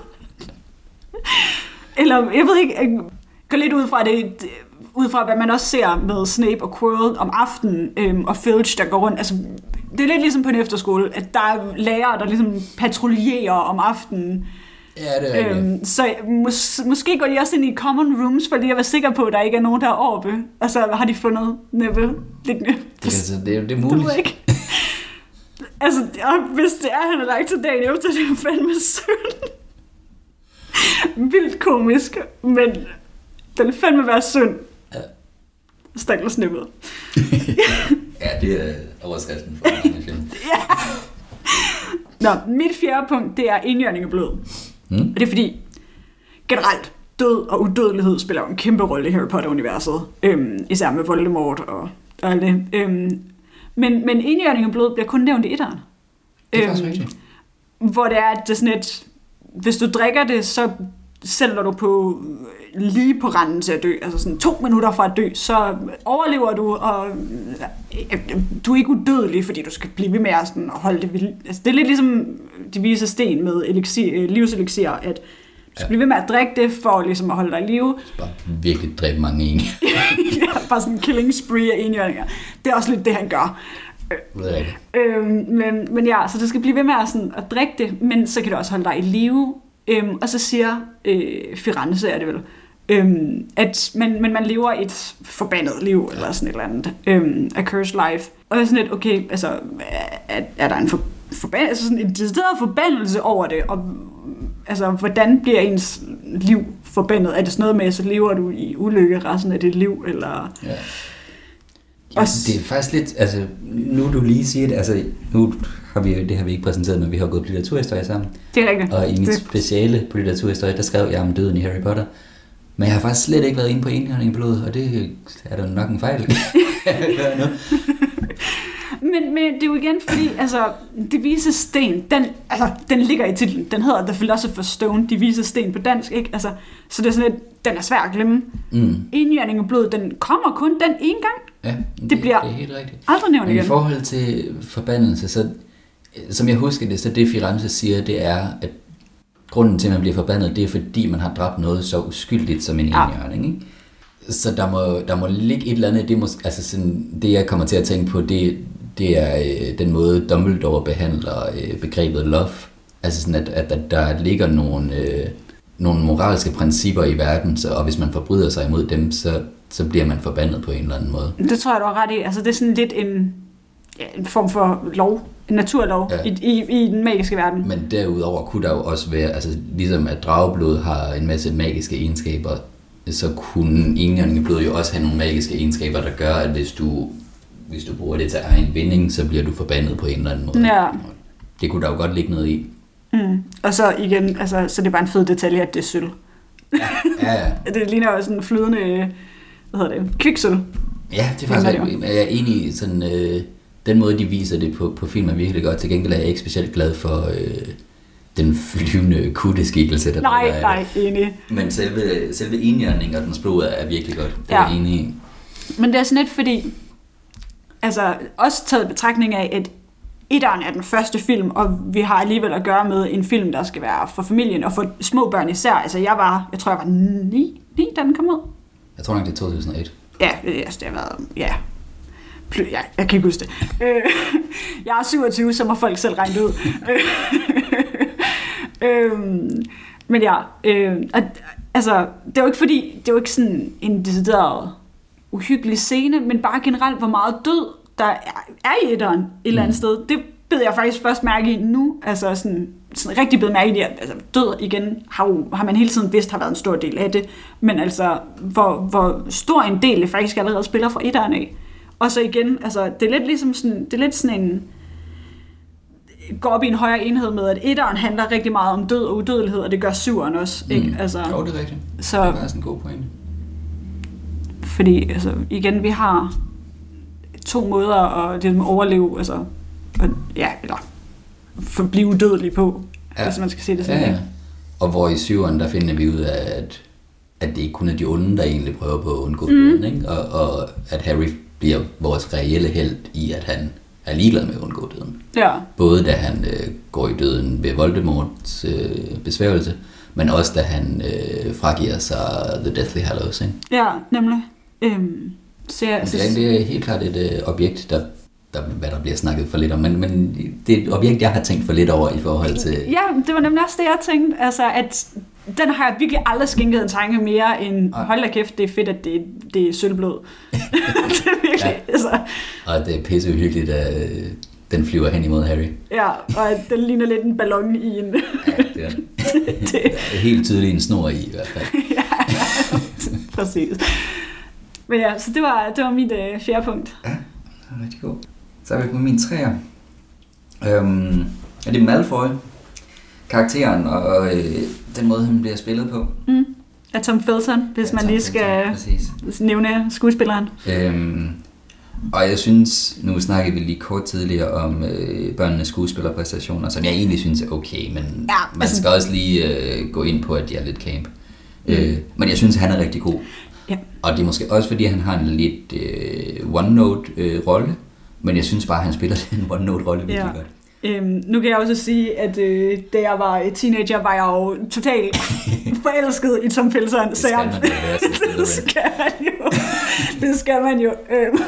Eller, jeg ved ikke, jeg går lidt ud fra det, ud fra hvad man også ser med Snape og Quirrell om aftenen, øhm, og Filch, der går rundt. Altså, det er lidt ligesom på en efterskole, at der er lærere, der ligesom patruljerer om aftenen. Ja, det er rigtigt. Øhm, så mås- måske går de også ind i common rooms, fordi jeg var sikker på, at der ikke er nogen, der er oppe. Og så har de fundet Neville liggende. Det, altså, det, er, det er muligt. Det ikke. Altså, hvis det er, han er lagt til dagen efter, det er fandme synd. Vildt komisk, men den fandme være synd. Ja. Stakkels Neville. Ja, det er overskriften for en film. Ja. Nå, mit fjerde punkt, det er indjørning af blod. Mm. Og det er fordi, generelt, død og udødelighed spiller en kæmpe rolle i Harry Potter-universet. Øhm, især med Voldemort og, og alt det. Øhm, men, men indjørning af blod bliver kun nævnt i etteren. Det er øhm, faktisk rigtigt. Hvor det er, at det er sådan et, hvis du drikker det, så sælger du på lige på randen til at dø, altså sådan to minutter fra at dø, så overlever du, og du er ikke udødelig, fordi du skal blive ved med at sådan holde det ved. Altså, det er lidt ligesom de vise sten med elixir, livselixir, at du skal ja. blive ved med at drikke det, for ligesom at holde dig i live. Bare virkelig dræbe mange en. Ja, bare sådan en killing spree af enhjørninger. Det er også lidt det, han gør. Øhm, men, men ja, så du skal blive ved med at, sådan, at drikke det, men så kan du også holde dig i live. Øhm, og så siger øh, Firenze, er det vel, øhm, at man, men man lever et forbandet liv, eller sådan et eller andet, øhm, a cursed life. Og det er sådan lidt, okay, altså, er, er der en for, forbandelse, altså sådan en decideret forbandelse over det, og altså, hvordan bliver ens liv forbandet? Er det sådan noget med, så lever du i ulykke resten af dit liv, eller... Ja. Ja, det er faktisk lidt, altså, nu du lige siger det, altså, nu har vi jo, det har vi ikke præsenteret, men vi har gået på litteraturhistorie sammen. Det er rigtigt. Og i mit det. speciale på litteraturhistorie, der skrev jeg om døden i Harry Potter. Men jeg har faktisk slet ikke været inde på indhørning i blod, og det er da nok en fejl. men, men det er jo igen, fordi, altså, De Vises Sten, den, altså, den ligger i titlen. Den hedder The Philosopher's Stone, De Vises Sten på dansk, ikke? Altså, så det er sådan lidt, den er svær at glemme. Mm. Indjørning af blod, den kommer kun den ene gang. Ja, det, det bliver det er helt rigtigt. Aldrig nævnt igen. I forhold til forbandelse, så som jeg husker det, så det Firenze siger, det er, at grunden til, at man bliver forbandet, det er fordi, man har dræbt noget så uskyldigt som en indjørning, ikke? Så der må, der må ligge et eller andet, det, må, altså sådan, det jeg kommer til at tænke på, det, det er øh, den måde Dumbledore behandler øh, begrebet love. Altså sådan, at, at, at der ligger nogle, øh, nogle moralske principper i verden, så, og hvis man forbryder sig imod dem, så, så bliver man forbandet på en eller anden måde. Det tror jeg, du har ret i. Altså, det er sådan lidt en, ja, en form for lov, en naturlov ja. i, i, i den magiske verden. Men derudover kunne der jo også være, altså ligesom at drageblod har en masse magiske egenskaber, så kunne enhjørningeblod jo også have nogle magiske egenskaber, der gør, at hvis du, hvis du bruger det til egen vinding, så bliver du forbandet på en eller anden måde. Ja. Det kunne der jo godt ligge noget i. Mm. Og så igen, altså, så det er bare en fed detalje, at det er sølv. Ja, ja, ja. Det ligner jo sådan en flydende, hvad hedder det, kviksølv. Ja, det er faktisk, jeg, jeg er enig i sådan, øh, den måde, de viser det på, på film er virkelig godt. Til gengæld er jeg ikke specielt glad for øh, den flyvende kutteskikkelse, der nej, der er. Nej, nej, enig. Men selve, selve enhjørningen og dens blod er virkelig godt. Det ja. er enig i. Men det er sådan lidt, fordi, altså også taget i betragtning af, at etteren er den første film, og vi har alligevel at gøre med en film, der skal være for familien og for små børn især. Altså jeg var, jeg tror jeg var ni, ni da den kom ud. Jeg tror nok, det er to tusind og et. Ja, altså, det har været, ja. Jeg, jeg kan ikke huske det. Jeg er syvogtyve, så må folk selv regne det ud. øhm, men ja, øh, at, altså, det er jo ikke fordi, det er jo ikke sådan en decideret uhyggelig scene, men bare generelt, hvor meget død der er, er i etteren et eller andet mm. sted. Det bed jeg faktisk først mærke i nu, altså sådan, sådan rigtig bed mærke i, at altså, død igen har, jo, har man hele tiden vidst har været en stor del af det, men altså, hvor, hvor stor en del det faktisk allerede spiller fra etteren af. Og så igen, altså, det er lidt ligesom sådan, det er lidt sådan en, går op i en højere enhed med, at etteren handler rigtig meget om død og udødelighed, og det gør syveren også, ikke? Mm. Altså, jo, det er rigtigt. Så, det er faktisk en god pointe. Fordi, altså, igen, vi har to måder at det med overleve, altså, at, ja, eller forblive udødelig på, ja. Hvis man skal se det sådan. Ja, ja. Og hvor i syveren, der finder vi ud af, at, at det ikke kun er de onde, der egentlig prøver på at undgå mm. døden, ikke? Og, og at Harry bliver vores reelle helt i, at han er ligeglad med at undgå døden. Ja. Både da han øh, går i døden ved Voldemorts øh, besværgelse, men også da han øh, fragiver sig The Deathly Hallows. Ikke? Ja, nemlig. Øhm, så jeg, det, er, det er helt klart et øh, objekt, der der, hvad der bliver snakket for lidt om, men, men det er et objekt, jeg har tænkt for lidt over i forhold til... Ja, det var nemlig også det, jeg tænkte, altså at den har jeg virkelig aldrig skænket en tanke mere end, hold da kæft, det er fedt, at det, det er sølvblod. Det er virkelig, ja. altså... Og det er pisse uhyggeligt, at den flyver hen imod Harry. Ja, og den ligner lidt en ballon i en... Ja, det er det. det er helt tydeligt en snor i, i hvert fald. Ja, præcis. Men ja, så det var, det var mit øh, fjerde punkt. Ja, det var rigtig god. Så er vi på min træer. Øhm, er det Malfoy? Karakteren og øh, den måde, han bliver spillet på. Mm. Af Tom Felton, hvis ja, man lige skal Felton, nævne skuespilleren. Øhm, og jeg synes, nu snakkede vi lige kort tidligere om øh, børnenes skuespillerpræstationer, som jeg egentlig synes er okay, men ja, man altså, skal også lige øh, gå ind på, at de er lidt camp. Mm. Øh, men jeg synes, han er rigtig god. Ja. Og det er måske også, fordi han har en lidt øh, one-note-rolle, øh, men jeg synes bare, at han spiller en one-note-rolle virkelig ja. godt. Øhm, nu kan jeg også sige, at øh, da jeg var teenager, var jeg jo totalt forelsket i Tom Felton. Det skal jeg, man jo. det skal man jo. Det skal man jo.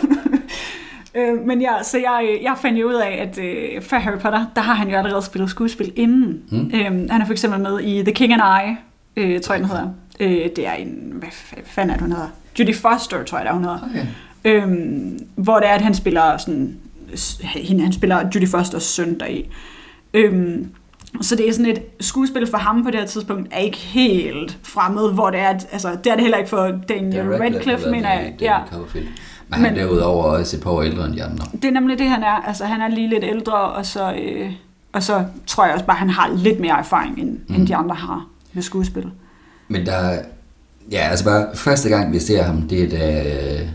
Øh, men ja, så jeg, jeg fandt jo ud af, at øh, for Harry Potter, der har han jo allerede spillet skuespil inden. Mm. Øhm, han er for eksempel med i The King and I, øh, tror jeg, den hedder. Øh, det er en, hvad fanden er det, hun hedder? Judy Foster, tror jeg, der hun hedder. Okay. Øhm, hvor det er, at han spiller sådan, han spiller Judy Fosters søn deri. Øhm, så det er sådan et skuespil for ham på det her tidspunkt er ikke helt fremmed, hvor det er, at, altså det er det heller ikke for Daniel Radcliffe, mener jeg. Ja. Men han er derudover også et par år ældre end de andre. Det er nemlig det, han er. Altså han er lige lidt ældre, og så, øh, og så tror jeg også bare, at han har lidt mere erfaring, end, mm. end de andre har med skuespil. Men der, ja, altså bare første gang vi ser ham, det er da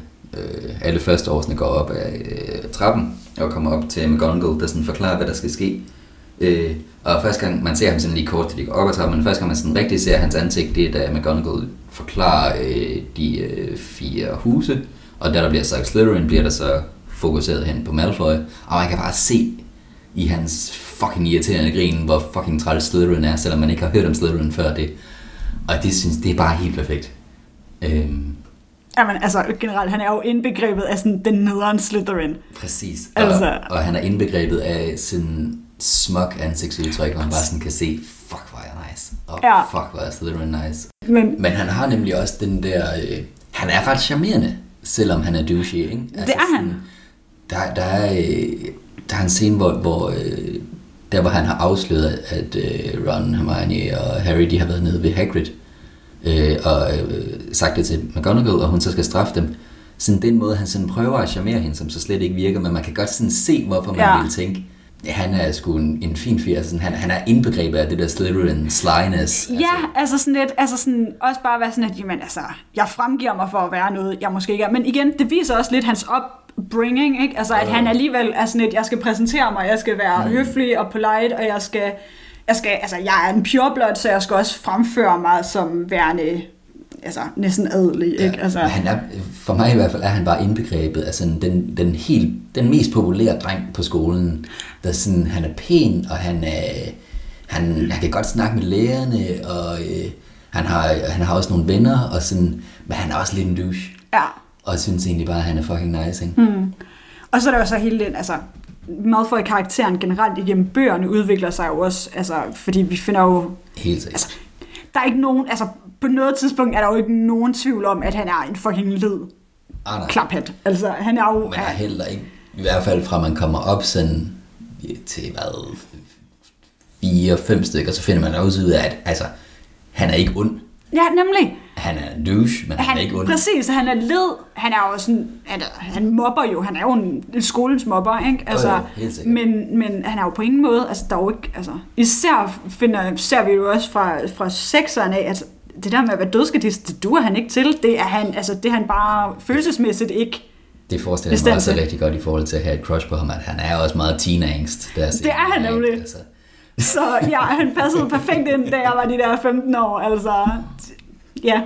øh, alle første årsene går op af øh, trappen og kommer op til McGonagall, der sådan forklarer, hvad der skal ske. Øh, og første gang man ser ham sådan lige kort, til de går op ad trappen, men første gang man sådan rigtig ser hans ansigt, det er da McGonagall forklarer øh, de øh, fire huse, og da der bliver sagt Slytherin, bliver der så fokuseret hen på Malfoy, og man kan bare se i hans fucking irriterende grin, hvor fucking træls Slytherin er, selvom man ikke har hørt om Slytherin før det. Og det synes det er bare helt perfekt. Øhm. Jamen altså generelt, han er jo indbegrebet af sådan den nederen Slytherin. Præcis. Altså. Og, og han er indbegrebet af sådan smuk ansigtsudtryk, hvor han bare sådan kan se, fuck hvor er jeg nice, og ja. fuck hvor er Slytherin nice. Men, Men han har nemlig også den der, øh, han er ret charmerende, selvom han er douchey, ikke? Altså, det er han. Sådan, der, der, er, øh, der er en scene, hvor, hvor øh, der hvor han har afsløret, at øh, Ron, Hermione og Harry, de har været nede ved Hagrid, øh, og øh, sagt det til McGonagall, og hun så skal straffe dem. Sådan den måde, han sådan prøver at charmere hende, som så slet ikke virker, men man kan godt sådan se, hvorfor man ja. vil tænke, han er sgu en, en fin fyr, altså han, han er indbegrebet af det der Slytherin slyness. Ja, altså, altså sådan lidt, altså sådan, også bare være sådan, at jamen, altså, jeg fremgiver mig for at være noget, jeg måske ikke er. Men igen, det viser også lidt hans upbringing, ikke? Altså, at uh. han alligevel er sådan lidt, jeg skal præsentere mig, jeg skal være mm. høflig og polite, og jeg skal, jeg skal, altså, jeg er en pureblood, så jeg skal også fremføre mig som værende, altså, næsten adelig, ikke? Ja, altså. Han er, for mig i hvert fald er han bare indbegrebet af sådan den, den, helt, den mest populære dreng på skolen, der sådan, han er pæn, og han, er, han, han kan godt snakke med lærerne, og øh, han, har, han har også nogle venner, og sådan, men han er også lidt en douche. Ja. Og jeg synes egentlig bare, at han er fucking nice, ikke? Mm. Og så er der jo så hele den, altså, Malfoy-karakteren generelt igennem bøgerne udvikler sig jo også, altså, fordi vi finder jo... Helt sikkert. Altså, der er ikke nogen, altså, på noget tidspunkt er der jo ikke nogen tvivl om, at han er en fucking led ah, klaphat. Altså, han er jo... Men er heller ikke, i hvert fald fra man kommer op sådan til, hvad, fire, fem stykker, så finder man også ud af, at altså, han er ikke ond. Ja, nemlig. Han er en douche, men han, han er ikke ond. Præcis, han er led. Han er jo sådan, han, han mobber jo, han er jo en, en skolens mobber, ikke? Altså, oh, ja, men, men han er jo på ingen måde, altså der er jo ikke, altså, især finder, ser vi jo også fra, fra sekseren af, altså, det der med at være dødskadist, det duer han ikke til. Det er han, altså, det er han bare følelsesmæssigt ikke. Det forestiller jeg mig også rigtig godt i forhold til at have et crush på ham, at han er også meget teen-angst. Der det er han nemlig. Altså. Så ja, han passede perfekt ind, da jeg var de der femten år, altså, ja.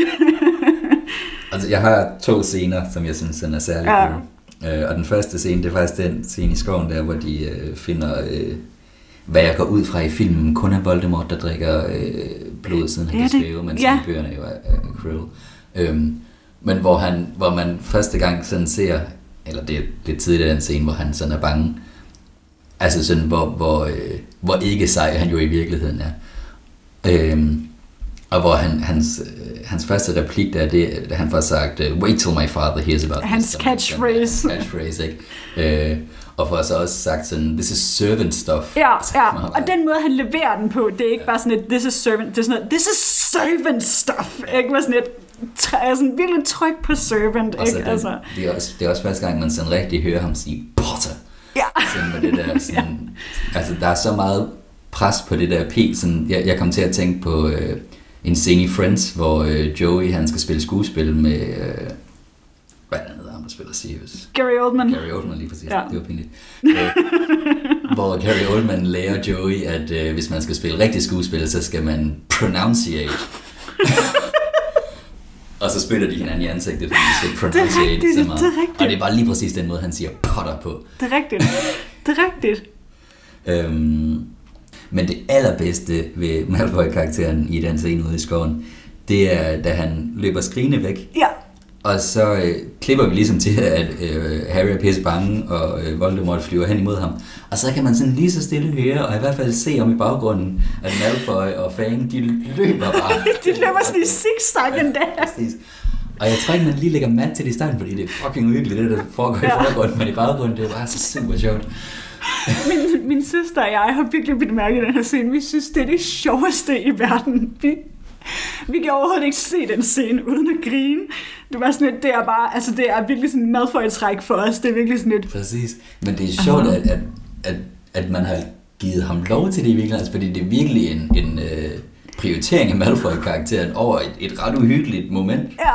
Altså, jeg har to scener, som jeg synes er særlig ja. cool. Og den første scene, det er faktisk den scene i skoven der, hvor de øh, finder, øh, hvad jeg går ud fra i filmen, kun er Voldemort, der drikker øh, blod, siden han ja, kan skrive, mens ja. bøgerne jo er, er Krill. Øhm, men hvor, han, hvor man første gang sådan ser eller det er lidt tidligt den scene, hvor han sådan er bange. Altså sådan, hvor, hvor, øh, hvor ikke sej han jo i virkeligheden er. Øhm, og hvor han, hans, øh, hans første replik, der er det, at han får sagt, wait till my father hears about hans this. Hans catchphrase. Catchphrase, ikke? Øh, og får så også sagt sådan, this is servant stuff. Ja, ja. Og den måde, han leverer den på, det er ikke ja. bare sådan et, this is servant, det er sådan et, this is servant stuff. Ikke bare sådan et, sådan virkelig tryk på servant. Ikke? Den, altså. det, er også, det er også første gang, man sådan rigtig hører ham sige, Potter. Ja. Sådan med det der, sådan, ja. Altså der er så meget pres på det der P. Sådan, jeg, jeg kom til at tænke på øh, en scene i Friends, hvor øh, Joey han skal spille skuespil med, øh, hvad er det hedder ham, der spiller Sirius? Gary Oldman. Gary Oldman lige præcis, ja. Det var pinligt. øh, hvor Gary Oldman lærer Joey, at øh, hvis man skal spille rigtig skuespil, så skal man pronunciate. Og så spytter de hinanden i ansigtet, fordi de skal pronunciate så meget. Det er rigtigt. Og det er bare lige præcis den måde, han siger Potter på. Det er rigtigt. Det er rigtigt. øhm, men det allerbedste ved Malfoy-karakteren i den scene ude i skoven, det er, da han løber skrigende væk. Ja. Og så øh, klipper vi ligesom til, at øh, Harry er pisse bange, og øh, Voldemort flyver hen imod ham. Og så kan man sådan lige så stille høre, og i hvert fald se om i baggrunden, at Malfoy og Fang, de løber bare. de løber sådan i zigzaggen der. Præcis. Og jeg tror ikke, man lige lægger mand til det i starten, fordi det er fucking uhyggeligt, det der foregår ja. i forgrunden, men i baggrunden, det er bare så super sjovt. min, min søster og jeg har virkelig bidt mærke i den her scene. Vi synes, det er det sjoveste i verden. Vi, vi kan overhovedet ikke se den scene uden at grine. Det var sådan et, det er bare, altså det er virkelig sådan en Malfoy-træk for os. Det er virkelig sådan et... Præcis. Men det er sjovt, at, at, at, at man har givet ham lov til det i virkeligheden, altså, fordi det er virkelig en, en øh, prioritering af Malfoy-karakteren over et, et ret uhyggeligt moment. Ja.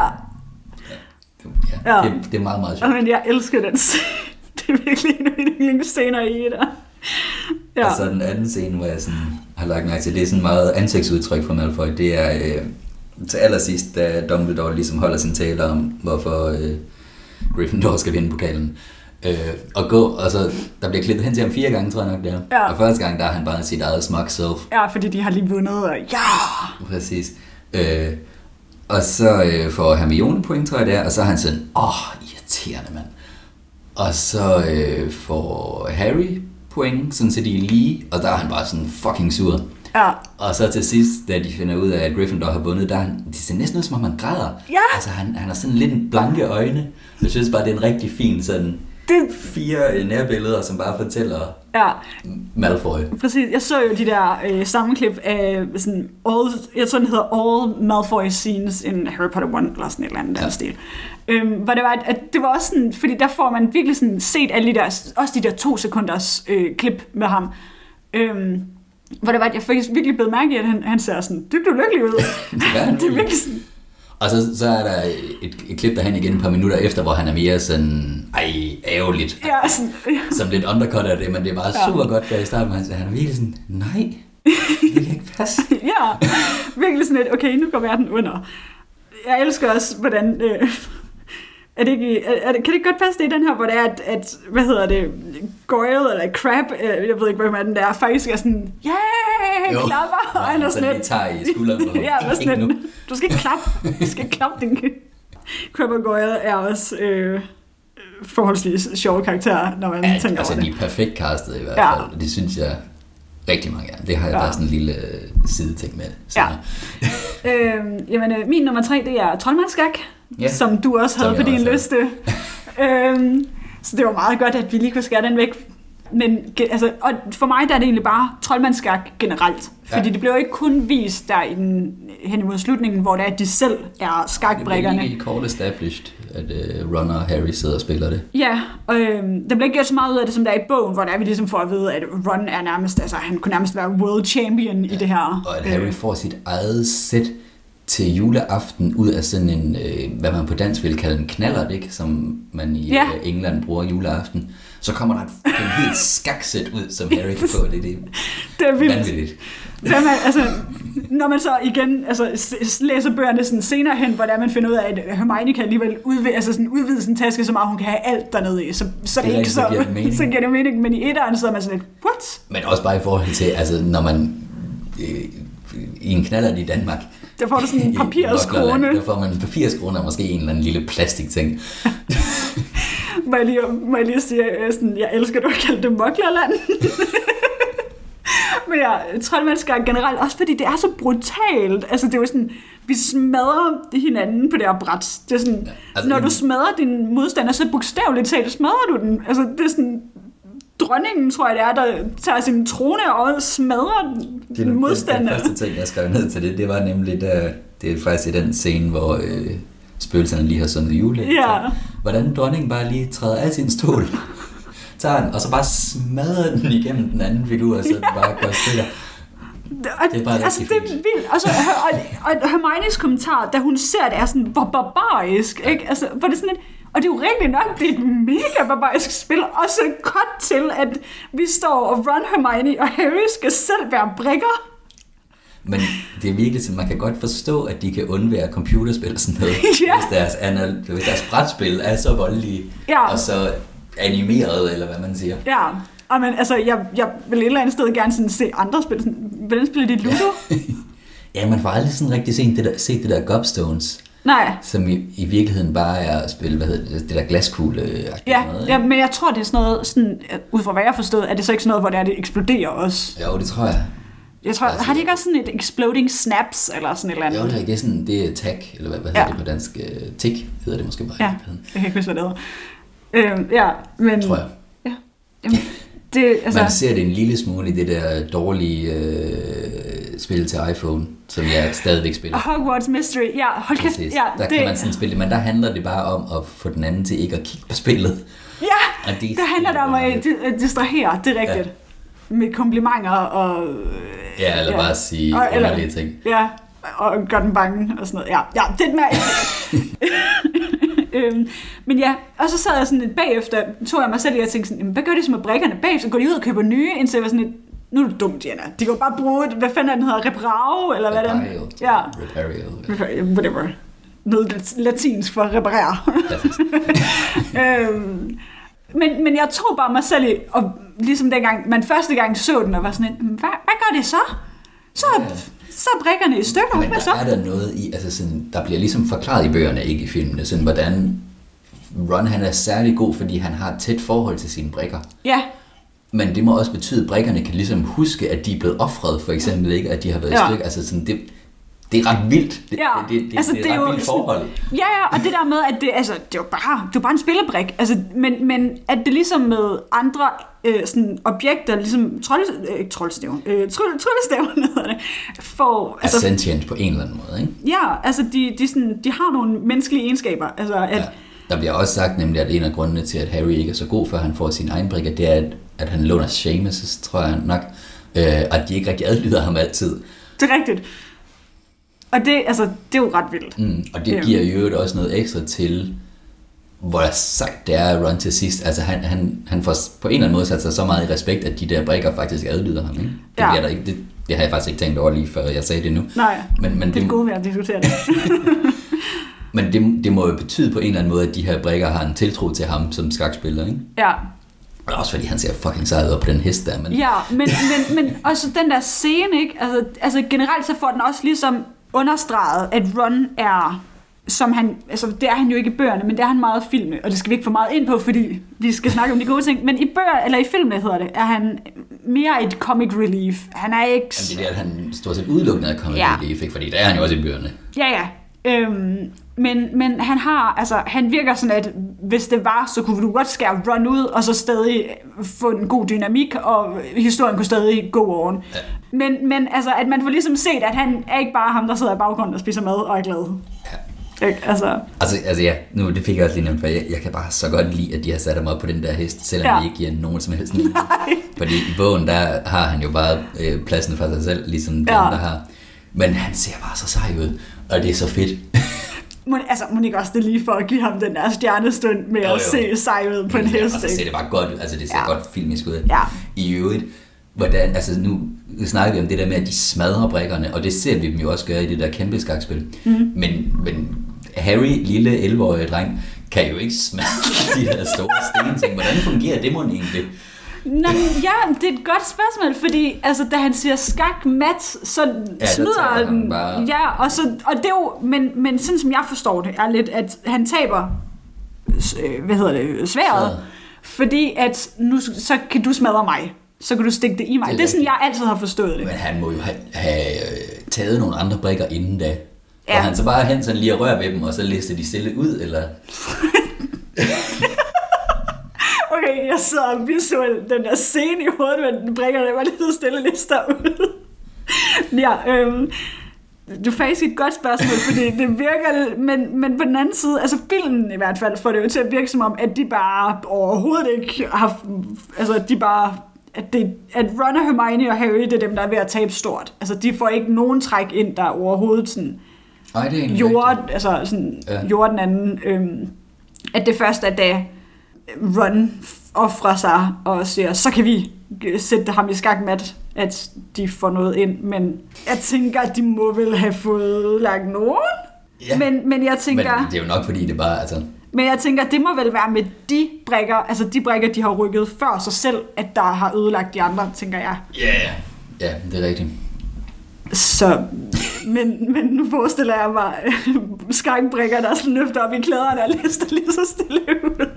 Ja, ja. Det, det er meget, meget sjovt. Men jeg elsker den scene. Det er virkelig en af mine yndlingsscener i der. Ja. Og så den anden scene, hvor jeg sådan har lagt mærke til, det er sådan meget ansigtsudtryk fra Malfoy. Det er øh, til allersidst, da Dumbledore ligesom holder sin tale om, hvorfor øh, Gryffindor skal vinde pokalen. Øh, og gå, og så der bliver klippet hen til ham fire gange, tror jeg nok der. Ja. Og første gang, der er han bare sit eget smug self. Ja, fordi de har lige vundet, og ja! Præcis. Øh, og så øh, får Hermione point, tror jeg der, og så er han sådan, åh, oh, irriterende mand. Og så øh, får Harry point, sådan så de er lige, og der er han bare sådan fucking sur. Ja. Og så til sidst, da de finder ud af, at Gryffindor har vundet, der er han, det ser næsten ud, som om han græder. Ja. Altså han, han har sådan lidt blanke øjne. Jeg synes bare, det er en rigtig fin sådan det... fire nærbilleder, som bare fortæller ja. Malfoy. Præcis. Jeg så jo de der øh, sammenklip af sådan all, jeg tror den hedder All Malfoy Scenes in Harry Potter one, eller sådan et eller andet ja. stil. Øhm, hvor det var, at, at det var også sådan, fordi der får man virkelig sådan set alle de der, også de der to sekunders øh, klip med ham. Øhm, hvor det var, at jeg faktisk virkelig blev mærke i, at han, han ser sådan dybt ulykkelig ud. det, det er virkelig sådan. Og så, så er der et, et klip derhen igen et par minutter efter, hvor han er mere sådan, ej, ærgerligt. Ja, sådan, ja. Som lidt undercut af det, men det er bare ja. super godt der i starten, han, han er virkelig sådan, nej, det kan ikke passe. ja, virkelig sådan lidt, okay, nu går verden under. Jeg elsker også, hvordan... Øh, er det ikke, er, er det, kan det ikke godt passe det i den her, hvor det er, at, at hvad hedder det, Goyle eller Crab, øh, jeg ved ikke, hvem er den der, faktisk er sådan, yeah, jo. klapper, og han er sådan lidt. tager i skulderen på ja, sådan lidt, du skal ikke klappe, du skal ikke klappe din Crab og Goyle er også øh, forholdsvis sjove karakterer, når man ja, tænker altså, over det. de er perfekt castet i hvert ja. fald, det synes jeg rigtig mange af. Det har jeg ja. bare sådan en lille sideting med. Ja. øh, jamen, øh, min nummer tre, det er Troldmandskak. Ja, som du også havde på din liste. øhm, så det var meget godt, at vi lige kunne skære den væk. Men altså, og for mig der er det egentlig bare troldmandskak generelt. Fordi ja. det blev ikke kun vist der i den, hen imod slutningen, hvor det er, at de selv er skakbrikkerne. Det bliver ikke kort established, at uh, Ron og Harry sidder og spiller det. Ja, og øhm, der bliver ikke gjort så meget ud af det, som der er i bogen, hvor der er vi ligesom får at vide, at Ron er nærmest, altså han kunne nærmest være world champion ja. i det her. Og at Harry får sit eget sæt til juleaften ud af sådan en, øh, hvad man på dansk vil kalde en knallert, ikke? Som man i ja. øh, England bruger juleaften. Så kommer der et helt skaksæt ud, som Harry kan få. Det, det, det er vildt. Vanvittigt. Man, altså, når man så igen altså, læser bøgerne sådan senere hen, hvor der man finder ud af, at Hermione kan alligevel udvide, altså sådan udvide sin taske så meget, hun kan have alt dernede i. Så, så det er ikke så, så, giver så giver det mening. Men i etteren så er man sådan lidt, what? Men også bare i forhold til, altså når man øh, i en knallert i Danmark, der får du sådan en papirskrone. Der får man en papirskrone og måske en eller anden lille plastikting. må, jeg lige, må jeg lige sige, sådan, jeg elsker, at du har kaldt det Moklerland. Men ja, troldmandskak generelt, også fordi det er så brutalt. Altså, det er jo sådan, vi smadrer hinanden på det her bræt. Det er sådan, ja, altså, når du smadrer din modstander, så bogstaveligt talt smadrer du den. Altså, det er sådan, dronningen, tror jeg, det er, der tager sin trone og smadrer den modstander. Den første ting, jeg skrev ned til det, det var nemlig, der, det er faktisk i den scene, hvor øh, spøgelserne lige har sunget jule. Ja. Hvordan dronningen bare lige træder af sin stol, tager den, og så bare smadrer den igennem den anden figur, så ja. Den bare går stykker. Det er bare altså, det er vildt. Altså, og, og Hermiones kommentar, da hun ser det, er sådan, hvor barbarisk, ikke? Altså, hvor det er sådan et, og det er jo rigtig nok, det er et mega barbarisk spil, og så kort til, at vi står og Ron, Hermione og Harry skal selv være brikker. Men det er virkelig sådan, man kan godt forstå, at de kan undvære computerspil og sådan noget, ja. hvis, deres anal, hvis deres brætspil er så voldelige, ja. Og så animeret, eller hvad man siger. Ja, og men, altså, jeg, jeg vil et eller andet sted gerne sådan se andre spil. Sådan, hvordan spiller de Ludo? Ja, man får aldrig sådan rigtig set det der, set det der Gobstones. Nej. Som i, i virkeligheden bare er at spille, hvad hedder det, det der glaskugle. Ja, noget, ja, men jeg tror, det er sådan noget, sådan, ud fra hvad jeg har forstået, er det så ikke sådan noget, hvor det, er, det eksploderer også? Jo, det tror jeg. Jeg tror, altså, har de ikke også sådan et exploding snaps, eller sådan et eller andet? Jo, det er, det er sådan, det er tag, eller hvad, hvad ja. hedder det på dansk? Tick hedder det måske bare. Ja, jeg kan ikke huske, hvad det hedder. Øhm, ja, men... Tror jeg. Ja. Jamen, det, altså... Man ser det en lille smule i det der dårlige øh, spil til iPhone, som jeg stadigvæk spiller. Hogwarts Mystery, ja, hold kæft. Ja, der det... kan man sådan spille det, men der handler det bare om at få den anden til ikke at kigge på spillet. Ja, det der handler det om at distrahere, det er rigtigt. Ja. Med komplimenter og... Ja, eller ja. bare sige og, underlige ting. Ja, og gør den bange og sådan noget. Ja, ja det er den øhm, men ja, og så sad jeg sådan lidt bagefter, tog jeg mig selv i at tænke sådan, hvad gør de så med brikkerne bag? Så går de ud og køber nye, indtil jeg var sådan lidt, nu er du dumt, Diana. De kan jo bare bruge, hvad fanden den hedder, reparao, eller hvad den? Ja. Repario. Whatever. Noget latinsk for at reparere. øhm, men, men jeg tog bare mig selv i, og ligesom dengang, man første gang så den, og var sådan lidt, hvad, hvad gør det så? Så ja. Så er brikkerne i stykker. Men der så? er der noget i, altså sådan, der bliver ligesom forklaret i bøgerne, ikke i filmene, sådan hvordan Ron han er særlig god, fordi han har et tæt forhold til sine brikker. Ja. Men det må også betyde, at brikkerne kan ligesom huske, at de er blevet ofret, for eksempel, ikke, at de har været ja. i stykker. Altså sådan, det, det er ret vildt. Det, ja. det, det, det, altså, det er et ret vildt forhold. Ja, ja, og det der med, at det, altså, det er jo bare, det er bare en spillebrik. Altså, men, men at det ligesom med andre øh, sådan objekter, ligesom trold, øh, ikke troldstævn, øh, tryllestævn, hedder det, får... Altså, sentient på en eller anden måde, ikke? Ja, altså, de, de, sådan, de har nogle menneskelige egenskaber. Altså, at, ja. Der bliver også sagt nemlig, at en af grundene til, at Harry ikke er så god, før han får sine egne brikker, det er, at, at han låner Seamus, tror jeg nok, øh, at de ikke rigtig adlyder ham altid. Det er rigtigt. Og det, altså, det er jo ret vildt. Mm, og det giver jo øvrigt også noget ekstra til, hvor jeg sagt, det er Ron til sidst. Altså, han, han, han får på en eller anden måde sat sig så meget i respekt, at de der brikker faktisk adlyder ham. Ikke? Det, ja. der ikke, det, det har jeg faktisk ikke tænkt over lige, før jeg sagde det nu. Nej, men, men det er det gode ved at diskutere det. Men det, det må jo betyde på en eller anden måde, at de her brikker har en tiltro til ham som skakspiller, ikke? Ja. Og også fordi han ser fucking sejt ud på den hest der. Men... Ja, men, men, men også den der scene, ikke? Altså, altså generelt så får den også ligesom understreget, at Ron er, som han, altså det er han jo ikke i bøgerne, men det er han meget i filmene, og det skal vi ikke få meget ind på, fordi vi skal snakke om de gode ting, men i bøger, eller i filmene hedder det, er han mere et comic relief. Han er ikke... Jamen, det er det, at han stort set udelukkende er comic ja. relief, ikke? Fordi det er han jo også i bøgerne. Ja, ja. Øhm, men, men han har, altså, han virker sådan, at hvis det var, så kunne du godt skære Ron ud, og så stadig få en god dynamik, og historien kunne stadig gå on. Ja. Men, men altså, at man får ligesom set, at han er ikke bare ham, der sidder i baggrunden og spiser mad og er glad. Ja. Ikke? Altså. Altså, altså ja, nu det fik jeg også lige nævnt, for jeg, jeg kan bare så godt lide, at de har sat ham op på den der hest, selvom ja. de ikke giver nogen som helst mening. Fordi i bogen, der har han jo bare øh, pladsen for sig selv, ligesom ja. den, der har. Men han ser bare så sej ud, og det er så fedt. Må, altså, må ikke også det lige for at give ham den der stjernestund med jo, jo. at se sej ud på en hest? Og så ser det bare godt ud, altså det ser ja. godt filmisk ud. Ja. I øvrigt, hvordan, altså nu snakker vi om det der med, at de smadrer brikkerne, og det ser vi dem jo også gøre i det der kæmpe skakspil. Mm. Men, men Harry, lille elleve-årige dreng, kan jo ikke smadre de her store sten. Hvordan fungerer det mon egentlig? Nå, ja, det er et godt spørgsmål, fordi altså, da han siger skak mat, så ja, smider han bare... Ja, og, så, og det er jo, men, men sådan som jeg forstår det, er lidt, at han taber øh, hvad hedder det, sværet, fordi at nu, så kan du smadre mig, så kan du stikke det i mig. Det er, det er sådan, jeg altid har forstået det. Men han må jo have, have taget nogle andre brikker inden da. Ja. Og han så bare hen sådan lige og rører ved dem, og så lister de stille ud, eller... Okay, jeg sidder visuelt den der scene i hovedet, men brikkerne var lige stille lister ud. Ja, øhm, det er faktisk et godt spørgsmål, fordi det virker, men, men på den anden side, altså filmen i hvert fald, får det jo til at virke som om, at de bare overhovedet ikke har, altså de bare, at, det, at Ron og Hermione og Harry, det er dem, der er ved at tabe stort. Altså de får ikke nogen træk ind, der overhovedet sådan, Ej, det er jord, altså sådan, ja. jord den anden, øhm, at det første er, da Ron offrer sig og siger, så kan vi sætte ham i skakmat, at de får noget ind, men jeg tænker, at de må vel have fået lagt nogen. Ja. Men, men jeg tænker... Men det er jo nok, fordi det bare... Altså... Men jeg tænker, at det må vel være med de brikker, altså de brikker, de har rykket før sig selv, at der har ødelagt de andre, tænker jeg. Ja, yeah. Ja, det er rigtigt. Så, men, men nu forestiller jeg mig skakbrikker, der sådan løfter op i klæderne og lister lige så stille ud.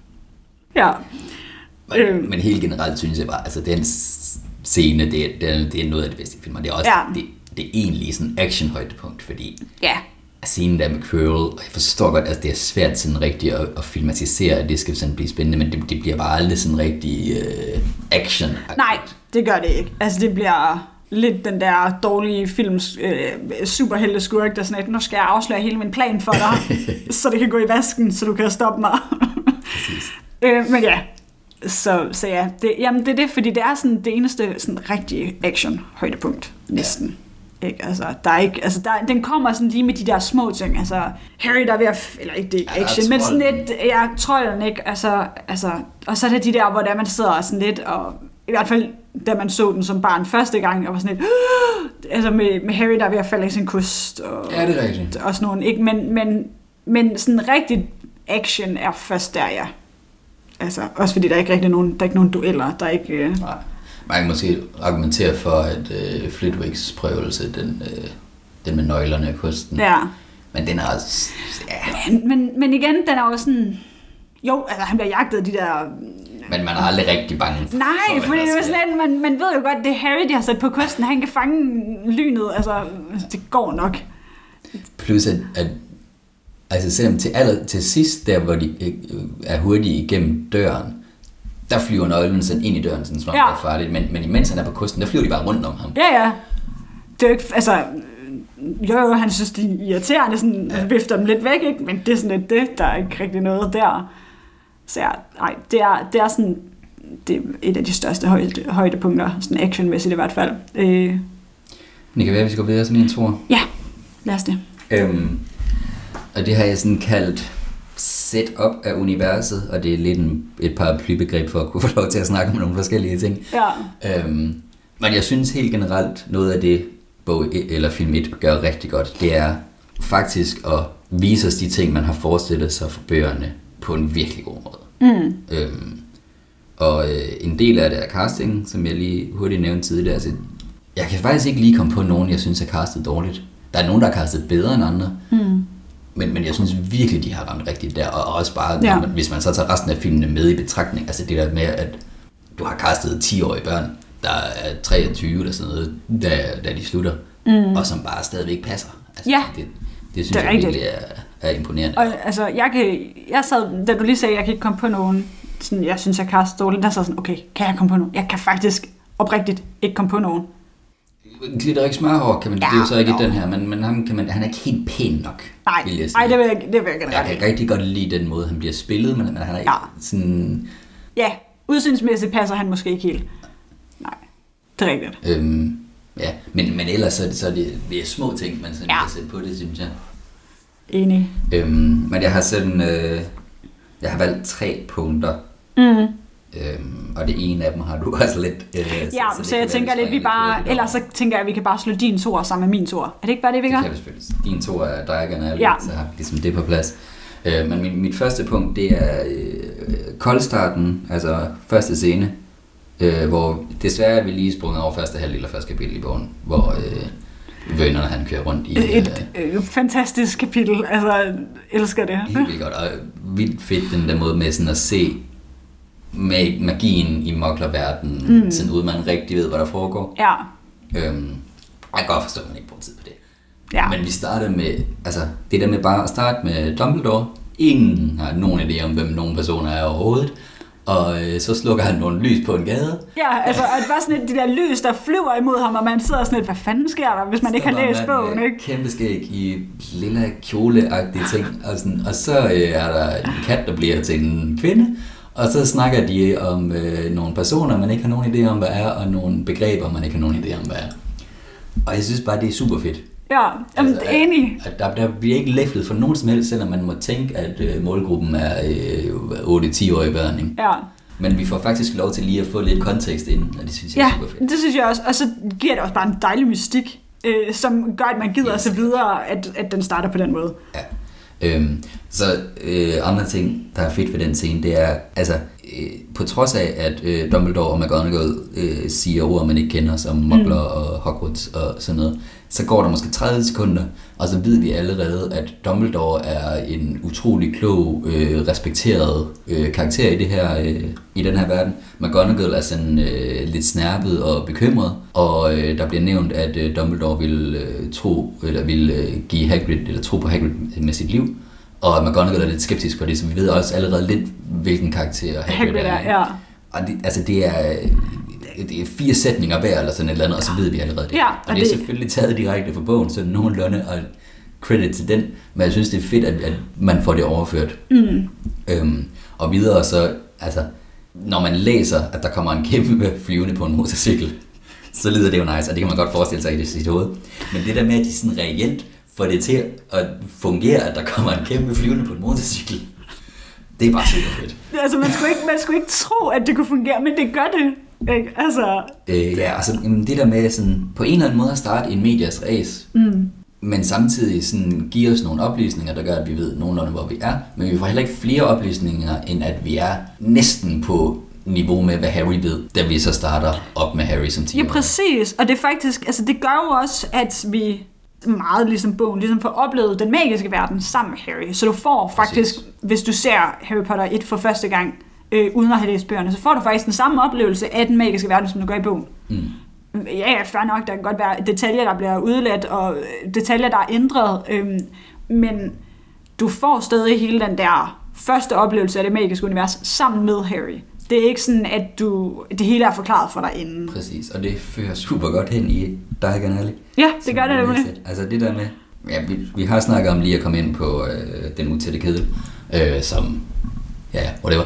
Ja. Men, øhm. men helt generelt synes jeg bare, altså den scene, det er, det er, det er noget af det bedste i filmen. Det er også ja. det, det er egentlig sådan en action-højdepunkt, fordi ja. scenen der med Quirrell, og jeg forstår godt, at altså det er svært sådan rigtig at, at filmatisere, at det skal sådan blive spændende, men det, det bliver bare aldrig sådan rigtig uh, action. Nej, det gør det ikke. Altså det bliver lidt den der dårlige films øh, superhelteskurk, der sådan, at nu skal jeg afsløre hele min plan for dig, så det kan gå i vasken, så du kan stoppe mig. Præcis. Øh, men ja, så, så ja, det, jamen det er det, fordi det er sådan det eneste sådan rigtige action-højdepunkt, næsten. Ja. Ikke? Altså, der er ikke, altså der, den kommer sådan lige med de der små ting, altså Harry der er ved at, eller ikke det er action, ja, men sådan lidt, ja, trolden, ikke, altså, altså, og så er det de der, hvor der man sidder sådan lidt, og i hvert fald, da man så den som barn første gang, og var sådan lidt, altså med, med Harry der er ved at falde i sin kost, og, ja, det er rigtigt. Og sådan nogle, ikke, men, men, men sådan rigtig action er først der, ja. Altså, også fordi der er ikke rigtig nogen, der er ikke nogen dueller, der er ikke... Øh... Nej, man kan måske argumentere for, at øh, Flitwicks prøvelse, den, øh, den med nøglerne og kosten, ja. Men den er også... Ja. Men, men, men igen, den er jo sådan... Jo, altså han bliver jagtet de der... Men man er aldrig rigtig bange for... Nej, for fordi det er sådan, man, man ved jo godt, det er Harry, de har sat på kosten, han kan fange lynet, altså det går nok. Plus at, at altså selvom til, aller, til sidst, der hvor de øh, er hurtige igennem døren, der flyver nøglen sådan ind i døren, sådan som ja. er farligt, men, men imens han er på kosten, der flyver de bare rundt om ham. Ja, ja. Det er jo ikke, altså, jo, jo, han synes, de er irriterende, sådan, ja. vifter dem lidt væk, ikke? Men det er sådan lidt det, der er ikke rigtig noget der. Så ja, nej, det er, det er sådan, det er et af de største højde, højdepunkter, sådan actionmæssigt i hvert fald. Øh. Det kan være, at vi skal gå videre sådan en tur. Ja, lad os det. Øhm, og det har jeg sådan kaldt setup af universet, og det er lidt en, et paraplybegreb for at kunne få lov til at snakke om nogle forskellige ting. Ja. Øhm, men jeg synes helt generelt, noget af det, bog et, eller film et gør rigtig godt, det er faktisk at vise os de ting, man har forestillet sig for bøgerne på en virkelig god måde. Mm. Øhm, og øh, en del af det er casting, som jeg lige hurtigt nævnte tidligere. Altså, jeg kan faktisk ikke lige komme på nogen, jeg synes er castet dårligt. Der er nogen, der er castet bedre end andre. Mm. Men, men jeg synes virkelig, de har ramt rigtigt der. Og også bare, ja. man, hvis man så tager resten af filmene med i betragtning, altså det der med, at du har castet ti-årige børn, der er treogtyve eller sådan noget, da, da de slutter, mm. og som bare stadigvæk passer. Altså, ja. det, det synes det er jeg rigtigt. virkelig er, er imponerende. Og altså, jeg kan, jeg sad, da du lige sagde, at jeg kan ikke komme på nogen, sådan, jeg synes, jeg castet dårligt, der sad sådan, okay, kan jeg komme på nogen? Jeg kan faktisk oprigtigt ikke komme på nogen. Glitterik Smørhår kan man, ja, det er jo så ikke no. den her, men, men ham kan man, han er ikke helt pæn nok. Nej, nej det vil jeg, det vil jeg gerne. Jeg kan rigtig godt lide den måde, han bliver spillet, men, men han er ikke ja. sådan... Ja, udsynsmæssigt passer han måske ikke helt. Nej, det er rigtigt. Øhm, ja, men, men ellers så er det, så er det, det er små ting, man sådan ja. kan sætte på det, synes jeg. Enig. Øhm, men jeg har sådan... Øh, jeg har valgt tre punkter. Mm. Øhm, og det ene af dem har du også lidt... Øh, ja, så, så, så jeg tænker lidt, vi bare... Ellers så tænker jeg, at vi kan bare slå din toer sammen med min toer. Er det ikke bare det, vi gør? Det kan vi selvfølgelig. Din toer er Dragon og ja. så har vi ligesom det på plads. Øh, men mit, mit første punkt, det er øh, koldstarten, altså første scene, øh, hvor desværre er vi lige sprunget over første halvdel eller første kapitel i bogen, hvor, øh, Vernon, han kører rundt i... Et øh, øh, fantastisk kapitel, altså, jeg elsker det. Helt vildt godt, og vildt fedt den der måde med sådan at se mag- magien i muglerverdenen, mm. sådan uden man rigtig ved, hvad der foregår. Ja. Øhm, jeg kan godt forstå, at man ikke bruger tid på det. Ja. Men vi startede med, altså det der med bare at starte med Dumbledore. Ingen har nogen idé om, hvem nogen personer er overhovedet. Og øh, så slukker han nogle lys på en gade. Ja, altså og det var sådan et, de der lys, der flyver imod ham, og man sidder sådan lidt, hvad fanden sker der, hvis man ikke har læst bogen, ikke? Kæmpe skæg i lilla kjole-agtige ting. Og, sådan, og så øh, er der en kat, der bliver til en kvinde. Og så snakker de om øh, nogle personer, man ikke har nogen idé om, hvad er, og nogle begreber, man ikke har nogen idé om, hvad er. Og jeg synes bare, det er super fedt. Ja, jamen, altså, enig. At, at der, der bliver ikke læflet for nogen som helst, selvom man må tænke, at øh, målgruppen er øh, otte til ti-årige børn. Ikke? Ja. Men vi får faktisk lov til lige at få lidt kontekst ind, og det synes jeg ja, er super fedt. Det synes jeg også. Og så giver det også bare en dejlig mystik, øh, som gør, at man gider at se videre, at, at den starter på den måde. Ja. Øhm, så øh, andre ting, der er fedt ved den scene, det er, altså, øh, på trods af, at øh, Dumbledore og McGonagall øh, siger ord, man ikke kender, som Mugler mm. og Hogwarts og sådan noget, så går der måske tredive sekunder, og så ved vi allerede, at Dumbledore er en utrolig klog, øh, respekteret øh, karakter i det her, øh, i den her verden. McGonagall er sådan øh, lidt snærpet og bekymret, og øh, der bliver nævnt, at øh, Dumbledore vil øh, tro eller vil øh, give Hagrid eller tro på Hagrid med sit liv, og McGonagall er lidt skeptisk på det, så vi ved også allerede lidt, hvilken karakter Hagrid, Hagrid er. er. Ja. Og det, altså det er det er fire sætninger hver eller sådan et eller andet, og så ved vi allerede det. Ja, og, og det er det... selvfølgelig taget direkte fra bogen, så nogenlunde og credit til den, men jeg synes det er fedt, at, at man får det overført. Mm. Øhm, og videre så, altså, når man læser, at der kommer en kæmpe flyvende på en motorcykel, så lyder det jo nice, og det kan man godt forestille sig i det sidste hoved. Men det der med, at de sådan reelt får det til at fungere, at der kommer en kæmpe flyvende på en motorcykel, det er bare super fedt. Altså, man skulle ikke, man skulle ikke tro, at det kunne fungere, men det gør det. Ikke? Altså... Øh, ja, altså det der med sådan, på en eller anden måde at starte en medias race, mm. men samtidig sådan, give os nogle oplysninger, der gør, at vi ved nogenlunde, hvor vi er, men vi får heller ikke flere oplysninger, end at vi er næsten på niveau med, hvad Harry ved, da vi så starter op med Harry som ti-årig. Ja, præcis. Og det er faktisk, altså det gør jo også, at vi meget ligesom bogen, ligesom får oplevet den magiske verden sammen med Harry. Så du får faktisk, præcis. Hvis du ser Harry Potter et for første gang, øh, uden at have læst bøgerne, så får du faktisk den samme oplevelse af den magiske verden, som du gør i bogen. Mm. Ja, ja, fair nok, der kan godt være detaljer, der bliver udladt, og detaljer, der er ændret, øh, men du får stadig hele den der første oplevelse af det magiske univers sammen med Harry. Det er ikke sådan, at du, det hele er forklaret for dig inden. Præcis, og det fører super godt hen i Diagon Alley. Ja, det gør det nemlig. Altså det der med, ja, vi, vi har snakket om lige at komme ind på øh, den utætte kedel, øh, som, ja, whatever.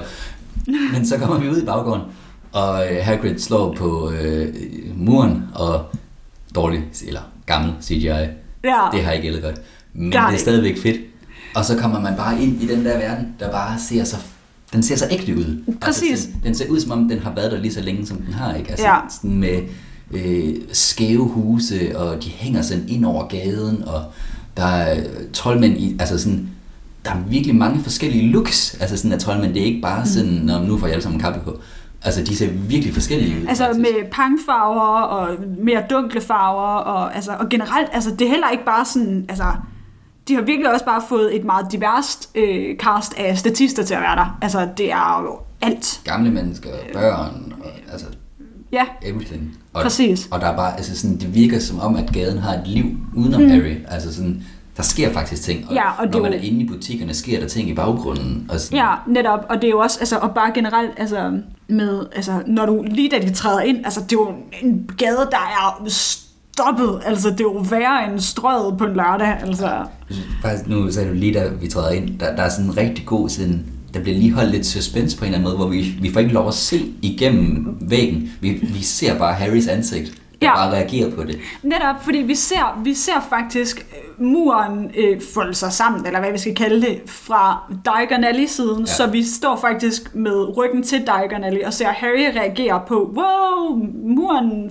Men så kommer vi ud i baggrunden, og øh, Hagrid slår på øh, muren, og dårlig, eller gammel C G I. Ja. Det har ikke gældet godt. Men det er stadigvæk fedt. Og så kommer man bare ind i den der verden, der bare ser så den ser så ægte ud. Præcis. Altså, den, den ser ud, som om den har været der lige så længe, som den har, ikke? Altså, ja. Sådan med øh, skæve huse, og de hænger sådan ind over gaden, og der er troldmænd i, altså sådan, der er virkelig mange forskellige looks, altså sådan, at troldmænd, det er ikke bare sådan, mm. når nu får jeg alle sammen kappe på. Altså, de ser virkelig forskellige ud. Altså, faktisk. Med pangfarver, og mere dunkle farver, og, altså, og generelt, altså, det er heller ikke bare sådan, altså, de har virkelig også bare fået et meget diverst øh, cast af statister til at være der. Altså, det er jo alt. Gamle mennesker, børn, og, altså, ja, everything. Og, præcis. Og der er bare, altså sådan, det virker som om, at gaden har et liv udenom mm. Harry. Altså sådan, der sker faktisk ting, og, ja, og når man er inde i butikkerne, sker der ting i baggrunden. Og sådan. Ja, netop, og det er jo også, altså, og bare generelt, altså, med, altså, når du lige da de træder ind, altså, det er jo en gade, der er stoppet, altså, det er jo værre end strøget på en lørdag, altså. Faktisk, nu sagde du lige da vi træder ind, der, der er sådan en rigtig god sådan, der bliver lige holdt lidt suspense på en eller anden måde, hvor vi, vi får ikke lov at se igennem væggen, vi, vi ser bare Harrys ansigt, der ja. bare reagerer på det. Netop, fordi vi ser, vi ser faktisk muren øh, folde sig sammen, eller hvad vi skal kalde det, fra Diagon Alley-siden, ja. Så vi står faktisk med ryggen til Diagon Alley, og ser Harry reagere på, wow, muren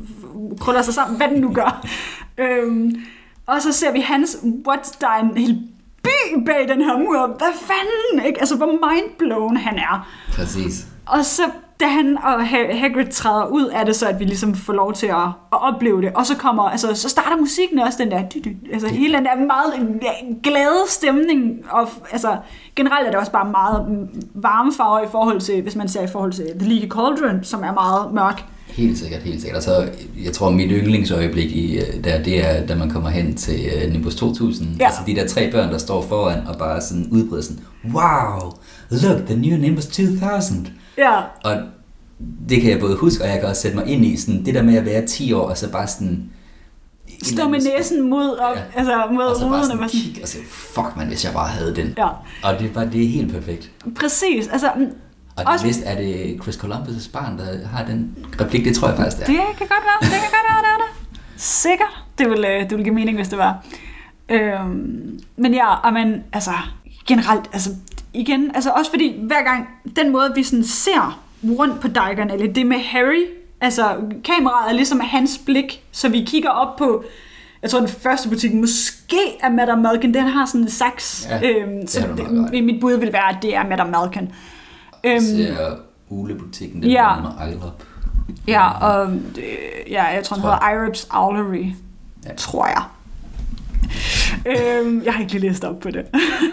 f- krøller sig sammen, hvad den nu gør. øhm, og så ser vi hans, what, der er en hel by bag den her mur, hvad fanden, ikke? Altså, hvor mindblown han er. Præcis. Og så da han og Hagrid træder ud af det, så at vi ligesom får lov til at, at opleve det. Og så kommer, altså, så starter musikken også den der, altså hele den der meget glade stemning. Og altså, generelt er det også bare meget varme farver i forhold til, hvis man ser i forhold til The Leaky Cauldron, som er meget mørk. Helt sikkert, helt sikkert. Og så, jeg tror, mit yndlingsøjeblik i, der, det er, da man kommer hen til uh, Nimbus to tusind. Ja. Altså de der tre børn, der står foran og bare sådan udbryder sådan, wow, look, the new Nimbus to tusind. Ja. Og det kan jeg både huske, og jeg kan også sætte mig ind i sådan, det der med at være ti år, og så bare sådan... Stå med næsen mod, op, ja. altså mod og så bare ruden, sådan og kigge og sige, fuck man, hvis jeg bare havde den. Ja. Og det er, bare, det er helt perfekt. Præcis, altså... Og det også... vist er det Chris Columbus' barn, der har den replik, det tror jeg faktisk, det er. Det kan godt være, det kan godt være, det er det. Sikkert. Det vil, det vil give mening, hvis det var. Øhm, men ja, og man, altså, generelt, altså, igen, altså også fordi, hver gang, den måde, vi sådan ser rundt på Diagon Alley, det med Harry, altså, kameraet er ligesom hans blik, så vi kigger op på, jeg tror, den første butik måske er Madame Malkin, den har sådan en saks, ja, øhm, så det, mit bud vil være, at det er Madame Malkin. Jeg ser ulebutikken, den ja. under Ejlop. Ja, og øh, ja, jeg tror, den hedder Irup's Owlery, ja. tror jeg. øhm, jeg har ikke lige læst op på det.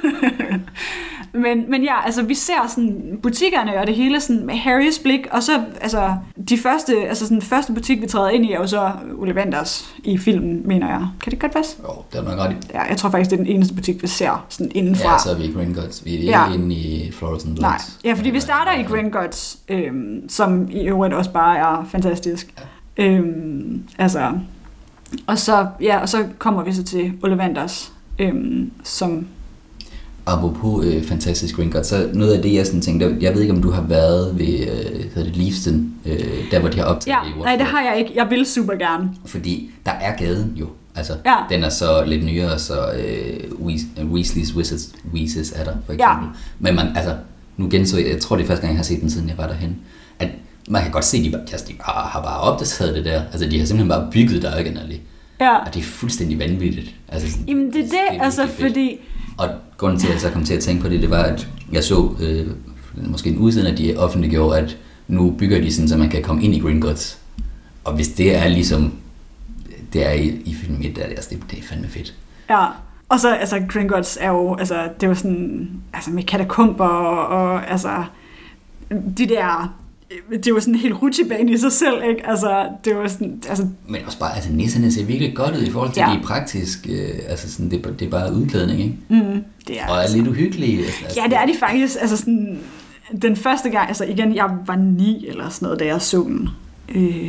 men, men ja, altså vi ser sådan butikkerne og det hele sådan med Harrys blik, og så altså de første, altså sådan første butik vi træder ind i er jo så Ollivanders i filmen, mener jeg. Kan det godt passe? Jo, det er nok ret i. Ja, jeg tror faktisk det er den eneste butik vi ser sådan indenfra. Ja, så er vi i Gringotts. Vi er ikke ja. inde i Florence and Nej, ja, fordi vi starter i Gringotts, øhm, som i øvrigt også bare er fantastisk. Ja. Øhm, altså og så ja, og så kommer vi så til Ollivanders, øhm, som apropos øh, fantastisk Gringotts, så noget af det, jeg sådan tænkte, jeg ved ikke, om du har været ved, øh, hedder det Leavesden, øh, der hvor de har optaget ja, i Watford. Nej, det har jeg ikke. Jeg vil super gerne. Fordi der er gaden jo. Altså, ja. den er så lidt nyere, så øh, Weasley's Wizards, Weezes er der, for eksempel. Ja. Men man, altså, nu genså jeg, jeg tror det er første gang, jeg har set den, siden jeg var derhen, at man kan godt se, at de, bare, de bare, har bare opdateret det der. Altså, de har simpelthen bare bygget der originally. Ja. Og det er fuldstændig vanvittigt. Altså, jamen, det er det, det er altså, fordi... Og grunden til, at jeg så kom til at tænke på det, det var, at jeg så, øh, måske en uge siden, at de offentliggjorde, at nu bygger de sådan, så man kan komme ind i Gringotts. Og hvis det er ligesom, det er i, i film et, der, altså, det, det er fandme fedt. Ja, og så, altså, Gringotts er jo, altså, det var sådan, altså, med katakomber og, og altså, de der... Det var sådan en helt rutsjebane i sig selv, ikke? Altså, det var sådan, altså... Men også bare, altså, nisserne ser virkelig godt ud i forhold til, ja. de praktisk, øh, altså sådan, det, det er bare udklædning, ikke? Mm, det er og er altså lidt uhyggelige. Altså, ja, det er de faktisk, altså sådan, den første gang, altså igen, jeg var ni eller sådan noget, da jeg så den. Øh,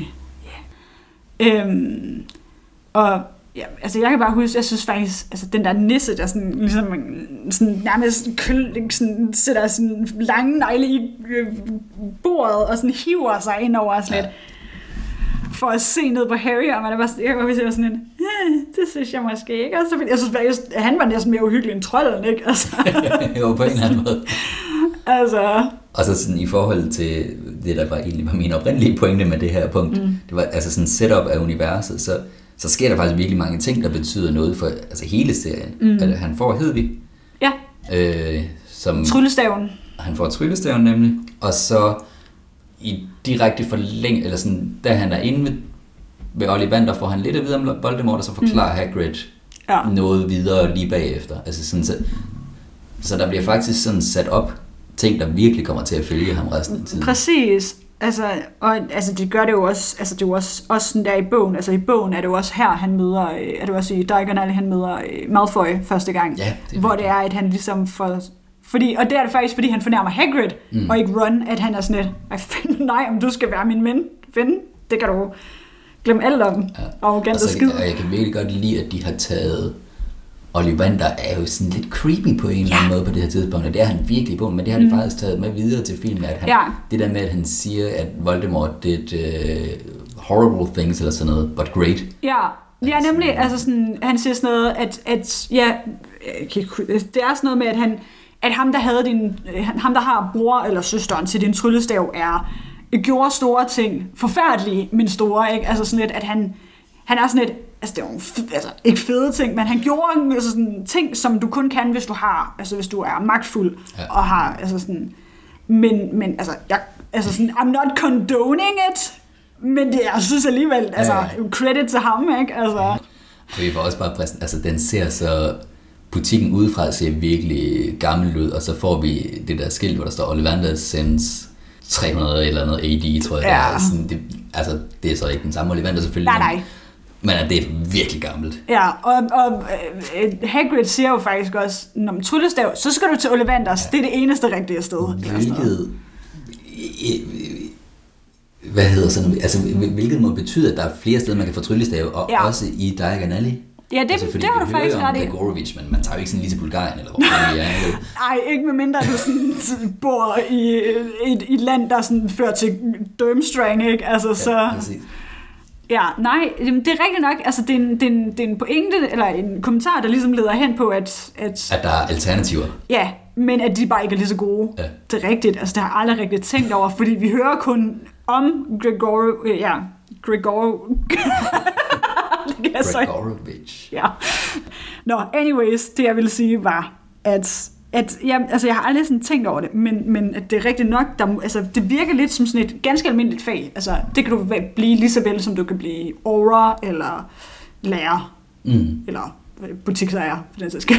yeah. øhm, og ja, altså jeg kan bare huske, jeg synes faktisk, altså den der nisse, der sådan, ligesom, sådan nærmest køl, sådan, sætter sådan lange negle i øh, bordet, og sådan hiver sig ind over os lidt, for at se ned på Harry, og man er bare, jeg kan bare sådan en, eh, det synes jeg måske ikke, og så, jeg synes faktisk, han var næsten mere uhyggelig end trolden, ikke? Altså. Jo, på en eller anden måde. Altså. Og så sådan i forhold til det, der var egentlig var min oprindelige pointe med det her punkt, mm. det var altså sådan setup af universet, så så sker der faktisk virkelig mange ting, der betyder noget for altså hele serien. Mm. Altså, han får Hedvig. Ja. Øh, som, tryllestaven. Han får tryllestaven nemlig. Og så i direkte forlæng, eller sådan, da han er inde ved, ved Ollivander, får han lidt at vide om Voldemort, og så forklarer mm. Hagrid ja. noget videre lige bagefter. Altså sådan, så, så der bliver faktisk sådan sat op ting, der virkelig kommer til at følge ham resten af tiden. Præcis. Altså, og, altså det gør det jo også, altså det er jo også, også sådan der i bogen, altså i bogen er det jo også her, han møder, er det jo også i Diagon Alley, han møder Malfoy første gang, ja, det hvor det er, at han ligesom får, fordi, og det er det faktisk, fordi han fornærmer Hagrid, mm. og ikke Ron, at han er sådan et, nej, om du skal være min ven, ven, det kan du glemme alt om, ja. arrogant og skid. Jeg kan virkelig godt lide, at de har taget, Ollivander er jo sådan lidt creepy på en eller anden ja. måde på det her tidspunkt, og det er han virkelig på, men det har de mm. faktisk taget med videre til filmen, at han, ja. det der med, at han siger, at Voldemort did uh, horrible things, eller sådan noget, but great. Ja, ja nemlig, altså sådan, han siger sådan noget, at, at ja, det er sådan noget med, at han, at ham, der havde din, ham, der har bror eller søsteren til din tryllestav, er, gjorde store ting, forfærdelige, men store, ikke? Altså sådan lidt, at han, han er sådan et, altså det er jo altså, ikke fede ting, men han gjorde altså sådan ting, som du kun kan, hvis du har, altså hvis du er magtfuld, ja. og har, altså sådan, men, men altså, jeg, altså sådan, I'm not condoning it, men det, jeg synes alligevel, altså, ja, ja. Credit til ham, ikke? Altså. Vi får også bare præsent, altså den ser så, butikken udefra ser virkelig gammel ud, og så får vi det der skilt, hvor der står Ollivander sends tre hundrede eller noget A D, tror jeg. Ja. Det er sådan, det, altså, det er så ikke den samme Ollivander selvfølgelig. Nej, nej. Men at det er virkelig gammelt. Ja, og, og uh, Hagrid siger jo faktisk også, når man tryllestav, så skal du til Ollivanders. Ja. Det er det eneste rigtige sted. Hvilket... Hvad hedder sådan noget? Altså, hvilket må betyde, at der er flere steder, man kan få tryllestav, og ja. Også i Diagon Alley. Ja, det, altså, det har du faktisk ret i. Gregorovic, men man tager jo ikke sådan lige til Bulgarien, eller hvor man er. Nej, ikke med mindre, du sådan bor i et, et land, der sådan fører til Durmstrang, ikke? Altså, ja, så... Præcis. Ja, nej, det er rigtigt nok. Altså, det er, en, det, er en, det er en pointe, eller en kommentar, der ligesom leder hen på, at... At, at der er alternativer. Ja, men at de bare ikke er lige så gode. Ja. Det er rigtigt. Altså, det har jeg aldrig rigtig tænkt over, fordi vi hører kun om Gregor... Ja, Gregor... Gregorovic. Ja. Nå, anyways, det jeg ville sige var, at... At, ja, altså jeg har aldrig sådan tænkt over det, men, men at det er rigtigt nok, der, altså det virker lidt som sådan et ganske almindeligt fag. Altså det kan du blive lige så vel, som du kan blive aura, eller lærer, mm. eller butiksejer, for den sags skyld.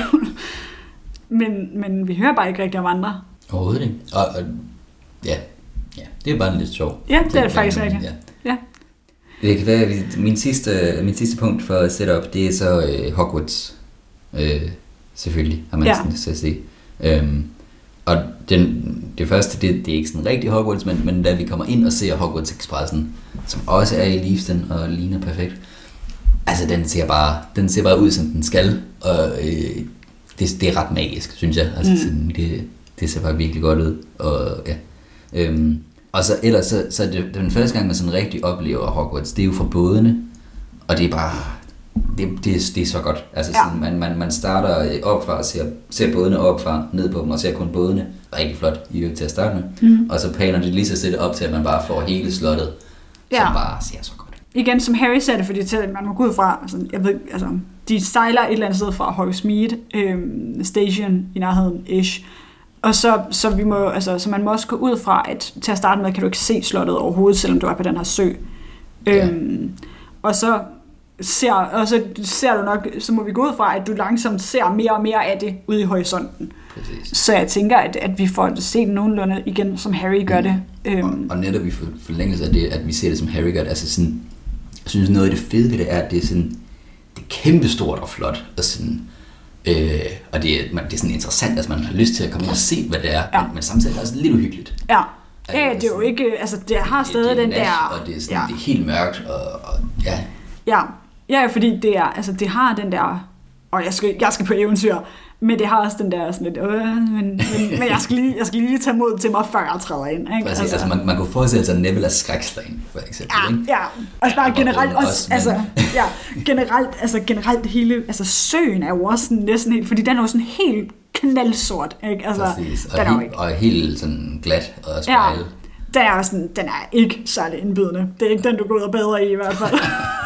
men, men vi hører bare ikke rigtig om andre. Overhovedet ikke. Og, og ja, ja, det er bare lidt sjovt. Ja, det er det faktisk rigtigt. Ja. Ja. Det kan være, min sidste, min sidste punkt for setup, det er så øh, Hogwarts. Øh, selvfølgelig, har man sådan ja. At sige. Øhm, og den, det første, det, det er ikke sådan rigtig Hogwarts, men, men da vi kommer ind og ser Hogwarts Expressen, som også er i Leavesden og ligner perfekt, altså den ser bare, den ser bare ud, som den skal, og øh, det, det er ret magisk, synes jeg. Altså, mm. sådan, det, det ser bare virkelig godt ud. Og, ja. øhm, og så ellers, så, så det, den første gang, man sådan rigtig oplever Hogwarts, det er jo fra bådene, og det er bare... Det, det, det er så godt. Altså, ja. Sådan, man, man, man starter opfra og ser, ser bådene opfra, ned på dem, og ser kun bådene. Rigtig flot i øvrigt til at starte med. Mm. Og så paner det lige så stille op til, at man bare får hele slottet, ja. Som bare ser så godt. Igen, som Harry sagde det, fordi til, man må gå ud fra, altså, jeg ved, altså, de sejler et eller andet sted fra Hogsmeade øhm, Station i nærheden, ish. Og så, så, vi må, altså, så man må også gå ud fra, at til at starte med, kan du ikke se slottet overhovedet, selvom du er på den her sø. Ja. Øhm, og så ser, og så ser du nok, så må vi gå ud fra, at du langsomt ser mere og mere af det ude i horisonten. Præcis. Så jeg tænker, at, at vi får set nogenlunde igen, som Harry gør det. Mm. Og, og netop i forlængelse af det, at vi ser det, som Harry gør det, altså sådan, jeg synes noget af det fede ved det er, at det er sådan, det er kæmpestort og flot, og sådan, øh, og det er, man, det er sådan interessant, at man har lyst til at komme ind og se, hvad det er, ja. men, men samtidig er det også lidt uhyggeligt. Ja. Ja, det er jo ikke, altså det har stadig det, det den nash, der... Og det er, sådan, ja. Det er helt mørkt, og, og ja. Ja, ja, fordi det er, altså det har den der, og jeg skal, jeg skal på eventyr, men det har også den der sådan lidt, øh, men, men, men jeg, skal lige, jeg skal lige tage mod til mig, før jeg træder ind. Ikke? Præcis, altså, altså man, man kunne forestille sig Neville af skrækslagen, for eksempel. Ja, ikke? ja. Og bare ja, generelt også, også altså, ja, generelt, altså generelt hele, altså søen er jo også sådan, næsten helt, fordi den er jo sådan helt knaldsort, ikke? Altså, præcis, og, helt, og helt sådan glat og spejlet. Ja. Den er, sådan, den er ikke særlig indbydende. Det er ikke den, du går ud og bedre i i hvert fald.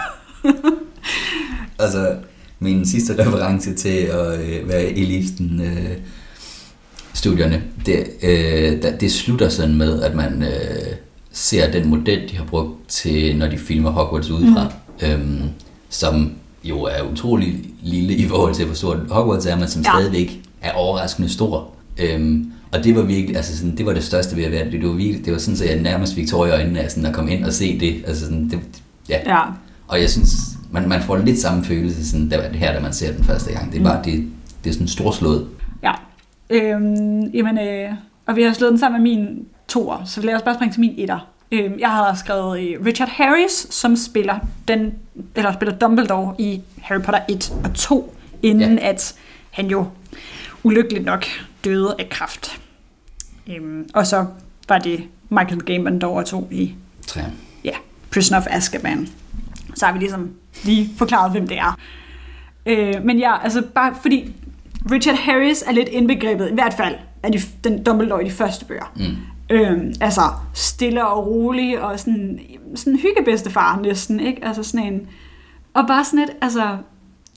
Altså, min sidste reference til at øh, være i Leavesden øh, studierne, det, øh, der, det slutter sådan med, at man øh, ser den model, de har brugt til, når de filmer Hogwarts udefra, mm. øhm, som jo er utrolig lille i forhold til, hvor stort Hogwarts er, men som ja. stadigvæk er overraskende stor. Øhm, Og det var virkelig, altså sådan, det var det største ved at være det. Det var virkelig, det var sådan, så jeg nærmest fik tårer i øjnene af sådan at komme ind og se det. Altså sådan, det, ja. ja. Og jeg synes, man, man får lidt samme følelse sådan, der, her, da man ser den første gang. Det er bare, det, det er sådan storslået. Ja. Øhm, jamen, øh, og vi har slået den sammen med min toer, så lad os bare springe til min etter. Øhm, jeg har skrevet øh, Richard Harris, som spiller den, eller spiller Dumbledore i Harry Potter et og to, inden ja. at han jo ulykkeligt nok døde af kræft. Øhm, og så var det Michael Gambon, der overtog i Tre. Ja, Prisoner of Azkaban. Så har vi ligesom lige forklaret, hvem det er. Øh, men ja, altså bare fordi Richard Harris er lidt indbegrebet, i hvert fald af de, den Dumbledore i de første bøger. Mm. Øhm, altså stille og rolig og sådan, sådan hyggebedstefar næsten, ikke? Altså sådan en, og bare sådan et, altså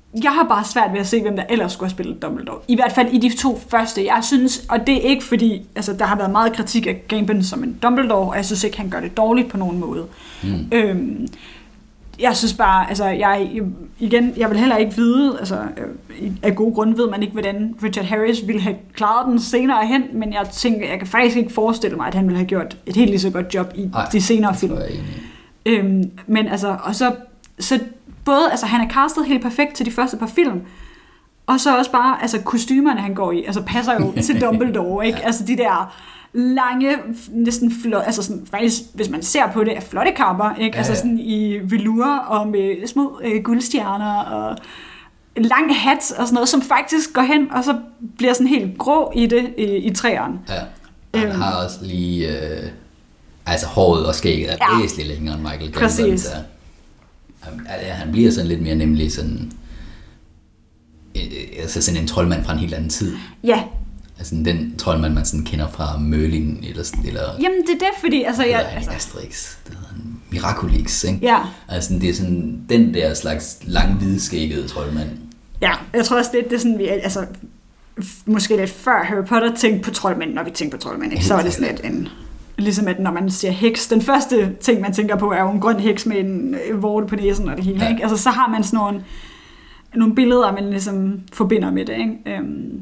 jeg har bare svært ved at se, hvem der ellers skulle have spillet Dumbledore. I hvert fald i de to første. Jeg synes, og det er ikke fordi, altså der har været meget kritik af Gambon som en Dumbledore, og jeg synes ikke, han gør det dårligt på nogen måde. Mm. Øhm, jeg synes bare, altså jeg, igen, jeg vil heller ikke vide, altså af gode grunde ved man ikke, hvordan Richard Harris ville have klaret den senere hen, men jeg tænker, jeg kan faktisk ikke forestille mig, at han ville have gjort et helt lige så godt job i Ej, de senere film. Øhm, men altså, og så, så både, altså han er castet helt perfekt til de første par film, og så også bare, altså kostymerne han går i, altså passer jo til Dumbledore, ikke? Ja. Altså de der lange, næsten flot, altså sådan, faktisk, hvis man ser på det, er flotte kapper, ikke? Ja, ja. Altså sådan i velour og med små øh, guldstjerner og lang hat og sådan noget, som faktisk går hen, og så bliver sådan helt grå i det i, i træerne. Ja, han øhm. har også lige, øh, altså håret og skægget er ja. væsentligt længere end Michael Gambon. Præcis. Så, ja, han bliver sådan lidt mere nemlig sådan, øh, altså sådan en troldmand fra en helt anden tid. Ja. Altså den troldmand, man sådan kender fra Merlin, eller... eller Jamen, det er det, fordi... Altså, eller jeg, altså, Asterix, det hedder en Miraculix, ikke? Ja. Altså, det er sådan den der slags langhvidskæggede troldmand. Ja, jeg tror også, det, det er sådan, vi... Altså, måske lidt før Harry Potter tænkte på troldmænd, når vi tænker på troldmænd, ikke? Så var det sådan lidt en... Ligesom at når man siger heks, den første ting, man tænker på, er jo en grøn heks med en vorte på næsen og det hele, ja. Ikke? Altså, så har man sådan nogle, nogle billeder, man ligesom forbinder med det, ikke? Øhm,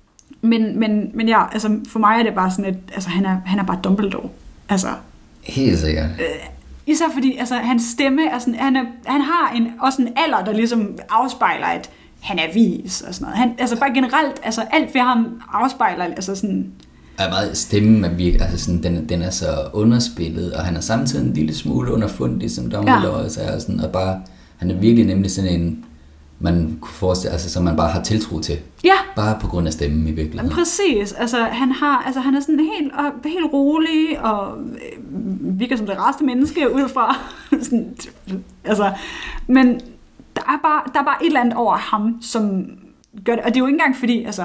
Men, men, men ja, altså for mig er det bare sådan, at altså, han, er, han er bare Dumbledore. Altså, helt sikkert. Øh, især fordi altså, hans stemme, er sådan, han, er, han har en, også en alder, der ligesom afspejler, at han er vis og sådan noget. Han, altså bare generelt, altså alt ved ham afspejler, altså sådan... Er meget stemmen, at vi, altså sådan, den, den er så underspillet, og han er samtidig en lille smule underfundig, som Dumbledore ja. Også er, og, sådan, og bare, han er virkelig nemlig sådan en... man kunne forestille, altså, som man bare har tiltro til. Ja. Bare på grund af stemmen i virkeligheden. Præcis. Altså, han, har, altså, han er sådan helt, helt rolig, og øh, virker som det rareste menneske ud fra. sådan, altså, men der er, bare, der er bare et eller andet over ham, som gør det. Og det er jo ikke engang fordi, altså,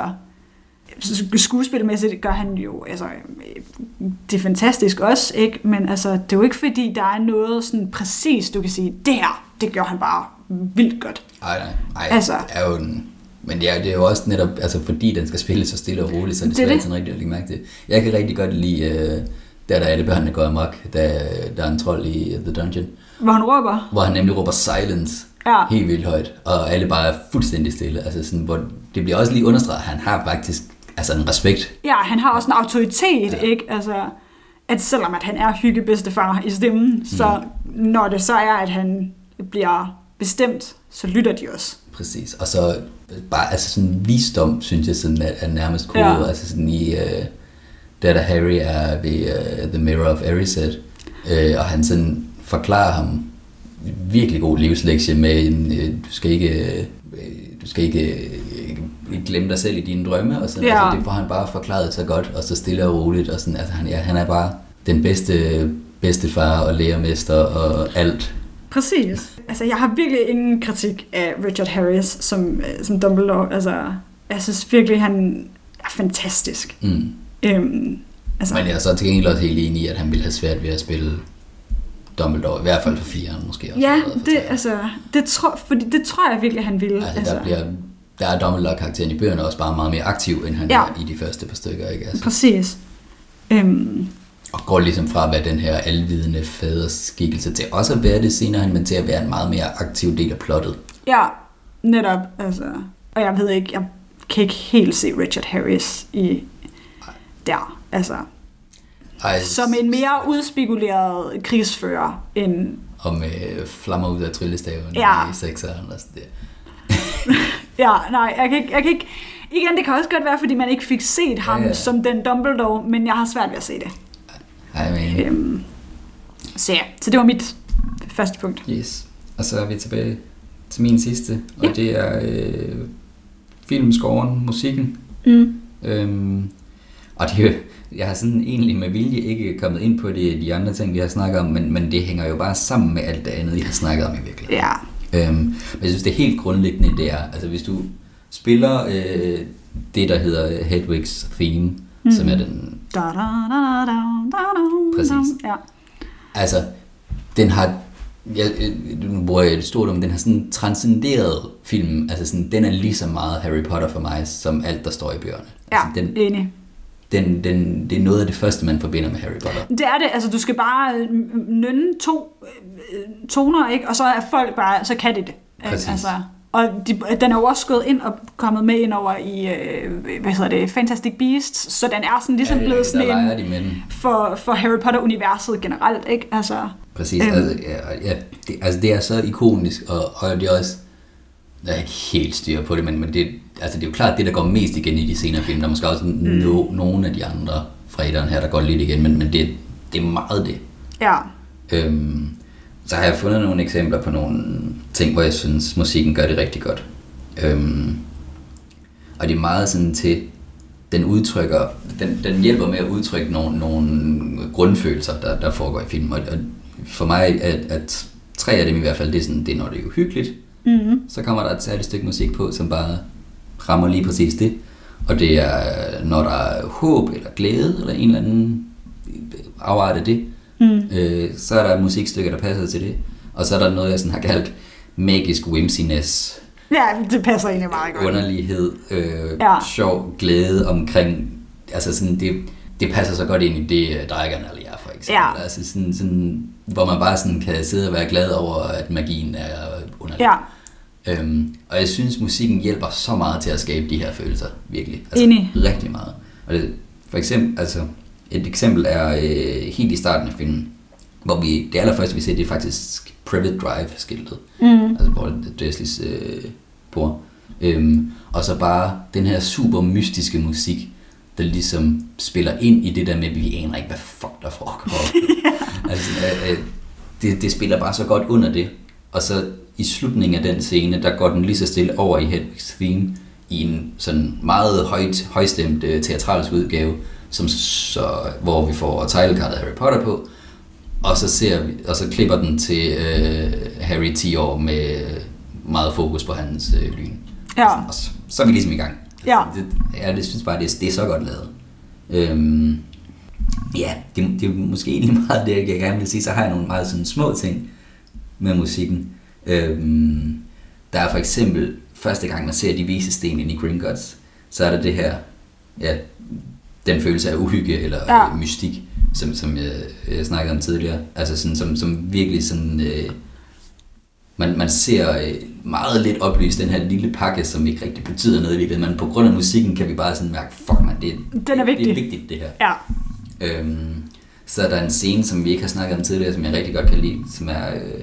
skuespilmæssigt gør han jo, altså, det er fantastisk også, ikke? Men altså, det er jo ikke fordi, der er noget sådan præcis, du kan sige, det her, det gør han bare vildt godt. Ej, nej, ej, altså, det er jo en, men det er, det er jo også netop, altså fordi den skal spille så stille og roligt, så er det, det svært sådan rigtig at lægge mærke til. Jeg kan rigtig godt lide, uh, der der alle børnene går amok, der, der er en trold i The Dungeon. Hvor han råber? Hvor han nemlig råber silence, ja. Helt vildt højt, og alle bare er fuldstændig stille. Altså sådan, hvor det bliver også lige understreget, at han har faktisk altså en respekt. Ja, han har også en autoritet, ja. Ikke? Altså, at selvom at han er hyggebedstefar i stemmen, mm. så når det så er, at han bliver bestemt, så lytter de også. Præcis, og så bare altså sådan visdom, synes jeg sådan er, er nærmest kodet, ja. Altså sådan i uh, der der Harry er ved uh, The Mirror of Erised, uh, og han sådan forklarer ham virkelig god livslektie med en, uh, du skal ikke uh, du skal ikke uh, glemme dig selv i dine drømme, og sådan, ja. Altså, det får han bare forklaret så godt, og så stille og roligt, og sådan, altså han, ja, han er bare den bedste bedstefar og lærermester og alt. Præcis. Altså, jeg har virkelig ingen kritik af Richard Harris som, som Dumbledore. Altså, jeg synes virkelig, han er fantastisk. Mm. Øhm, altså. Men jeg er så til gengæld også helt enig i, at han ville have svært ved at spille Dumbledore, i hvert fald for fireren måske. Også ja, det, altså, det, tror, fordi det tror jeg virkelig, han ville. Altså, altså. Der, bliver, der er Dumbledore-karakteren i bøgerne også bare meget mere aktiv, end han ja. Er i de første par stykker. Ikke? Altså. Præcis. Øhm. Og går ligesom fra at være den her alvidende faderskikkelse til også at være det senere, men til at være en meget mere aktiv del af plottet. Ja, netop. Altså. Og jeg ved ikke, jeg kan ikke helt se Richard Harris i der. Altså, Ej, som en mere udspekuleret krigsfører end... Og med flammer ud af tryllestaven ja. I sekseren og sådan det. ja, nej, jeg kan, ikke, jeg kan ikke... Igen, det kan også godt være, fordi man ikke fik set ham ja, ja. Som den Dumbledore, men jeg har svært ved at se det. Øhm, så ja, så det var mit første punkt. Yes. Og så er vi tilbage til min sidste, og ja. Det er øh, filmscoren, musikken. Mm. Øhm, og det, jeg har sådan egentlig med vilje ikke kommet ind på det, de andre ting, vi har snakket om, men, men det hænger jo bare sammen med alt det andet, vi har snakket om i virkeligheden. Ja. Øhm, men jeg synes, det er helt grundlæggende, det er, altså hvis du spiller øh, det, der hedder Hedwig's Theme, mm. som er den... Da, da, da, da, da, da, præcis. Ja. Altså, den har Jeg, nu bruger jeg et stort om, den har sådan transcenderet film, altså sådan, den er lige så meget Harry Potter for mig, som alt, der står i bøgerne. Ja, altså, den, enig. Den, den, det er noget af det første, man forbinder med Harry Potter. Det er det, altså du skal bare nynne to øh, toner, ikke? Og så er folk bare, så kan de det. Præcis. Altså, og de, den er jo også gået ind og kommet med ind over i, øh, hvad hedder det, Fantastic Beasts, så den er sådan ligesom ja, blevet sådan en de for, for Harry Potter-universet generelt, ikke? Altså, præcis, øhm. altså, ja, ja, det, altså det er så ikonisk, og, og det er også, jeg er ikke helt styr på det, men, men det, altså det er jo klart det, der går mest igen i de senere film. Der er måske også mm. no, nogle af de andre fra etteren her, der går lidt igen, men, men det, det er meget det. Ja. Øhm, så har jeg fundet nogle eksempler på nogle ting, hvor jeg synes, musikken gør det rigtig godt. Øhm, og det er meget sådan til, den udtrykker, den, den hjælper med at udtrykke nogle, nogle grundfølelser, der, der foregår i film. Og, og for mig, at, at tre af dem i hvert fald, det er, sådan, det er når det er uhyggeligt, mm-hmm. så kommer der et særligt stykke musik på, som bare rammer lige præcis det. Og det er, når der er håb eller glæde, eller en eller anden afart af det, mm. øh, så er der musikstykker, der passer til det. Og så er der noget, jeg sådan har kaldt magisk whimsiness. Ja, det passer egentlig meget godt. Underlighed, øh, ja. sjov, glæde omkring, altså sådan, det, det passer så godt ind i det, Dragon eller jeg for eksempel. Ja. Altså sådan, sådan, hvor man bare sådan kan sidde og være glad over, at magien er underlig. Ja. Øhm, og jeg synes, musikken hjælper så meget til at skabe de her følelser, virkelig. Altså, Enig. Rigtig meget. Og det, for eksempel, altså, et eksempel er øh, helt i starten af filmen, hvor vi, det allerførste vi ser, det er faktisk Private Drive-skiltet. Mm. Altså, hvor Dursleys øh, bor. Øhm, og så bare den her super mystiske musik, der ligesom spiller ind i det der med, at vi aner ikke, hvad fuck der foregår. Altså, øh, øh, det, det spiller bare så godt under det. Og så i slutningen af den scene, der går den lige så stille over i Hedwig's Theme, i en sådan meget højt, højstemt uh, teatralsk udgave, som så, hvor vi får titlecardet Harry Potter på, og så ser vi, og så klipper den til uh, Harry ti år med meget fokus på hans uh, lyn. Ja. Og så, så er vi ligesom i gang. Ja. Det, ja, det synes bare, det, det er så godt lavet. Øhm, ja, det, det er måske egentlig meget det, jeg gerne vil sige. Så har jeg nogle meget sådan små ting med musikken. Øhm, der er for eksempel, første gang man ser de vise sten ind i Gringotts, så er der det her, ja, den følelse af uhygge eller ja. mystik, som, som jeg, jeg snakkede om tidligere. Altså sådan, som, som virkelig sådan, øh, man, man ser øh, meget lidt oplyst den her lille pakke, som ikke rigtig betyder noget i virkeligheden, men på grund af musikken kan vi bare sådan mærke, fuck man, det, den er det, det er vigtigt det her. Ja. Øhm, så er der en scene, som vi ikke har snakket om tidligere, som jeg rigtig godt kan lide, som er øh,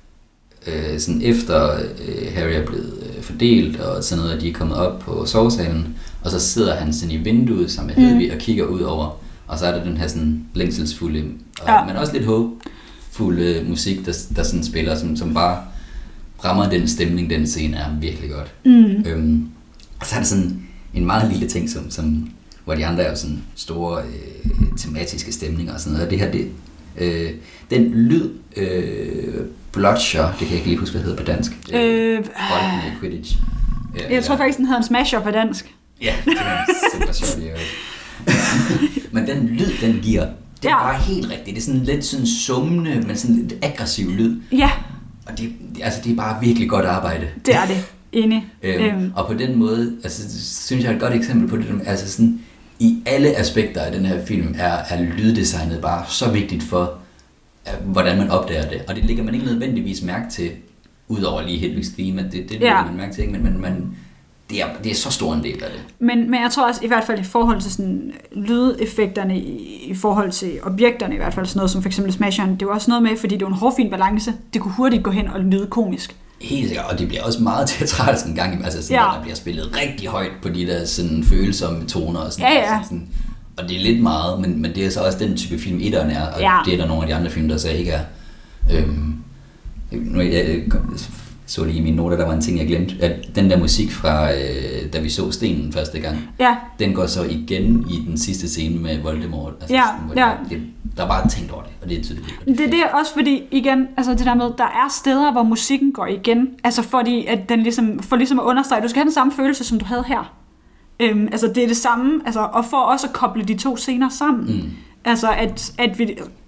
øh, sådan efter øh, Harry er blevet øh, fordelt, og sådan noget, at de er kommet op på sovesalen, og så sidder han sådan i vinduet sammen med Hedvig mm. og kigger ud over, og så er der den her sådan længselsfulde, og, ja. men også lidt håbfulde musik, der, der sådan spiller, som, som bare rammer den stemning, den scene er virkelig godt. Mm. Øhm, og så er der sådan en meget lille ting, som, som hvor de andre er jo sådan store øh, tematiske stemninger og sådan noget. Og det her, det, øh, den lyd, øh, Bloodsher, det kan jeg ikke lige huske, hvad det hedder på dansk. Øh, Bolden i Quidditch. Øh, jeg tror faktisk, den hedder en Smasher på dansk. Ja, det er super sjovt. Men den lyd, den giver, det er ja. bare helt rigtigt. Det er sådan lidt sådan summende, men sådan lidt aggressiv lyd. Ja. Og det, altså, det er bare virkelig godt arbejde. Det er det. Enig. øhm, øhm. Og på den måde, altså, synes jeg er et godt eksempel på det. Altså sådan, i alle aspekter af den her film er, er lyddesignet bare så vigtigt for, uh, hvordan man opdager det. Og det ligger man ikke nødvendigvis mærke til, udover lige Hedwig's Theme, det, det ligger ja. man mærke til, ikke? Men, men man, det, er, det er så stor en del af det. Men, men jeg tror også, i hvert fald i forhold til sådan, lydeffekterne, i, i forhold til objekterne, i hvert fald sådan noget som for eksempel Smasheren, det er også noget med, fordi det er en hårfin balance, det kunne hurtigt gå hen og lyde komisk. Helt sikkert, og det bliver også meget teatralsk en gang, altså sådan, ja. der bliver spillet rigtig højt på de der sådan, følsomme toner og sådan, ja, ja. Altså, sådan, og det er lidt meget, men, men det er så også den type film, etteren er, og ja. det er der nogle af de andre film, der så ikke er. Øhm, nu jeg, jeg så lige i mine noter, der var en ting, jeg glemte, at den der musik fra, øh, da vi så stenen første gang, ja. den går så igen i den sidste scene med Voldemort. Altså, ja, sådan, hvor ja. det, der er bare tænkt over det, og det er tydeligt. Det, det, det er også fordi, igen, altså det der med, der er steder, hvor musikken går igen, altså fordi, at den ligesom, for ligesom at understrege, du skal have den samme følelse, som du havde her. Øhm, altså det er det samme, altså, og for også at koble de to scener sammen. Mm. Altså at, at vi,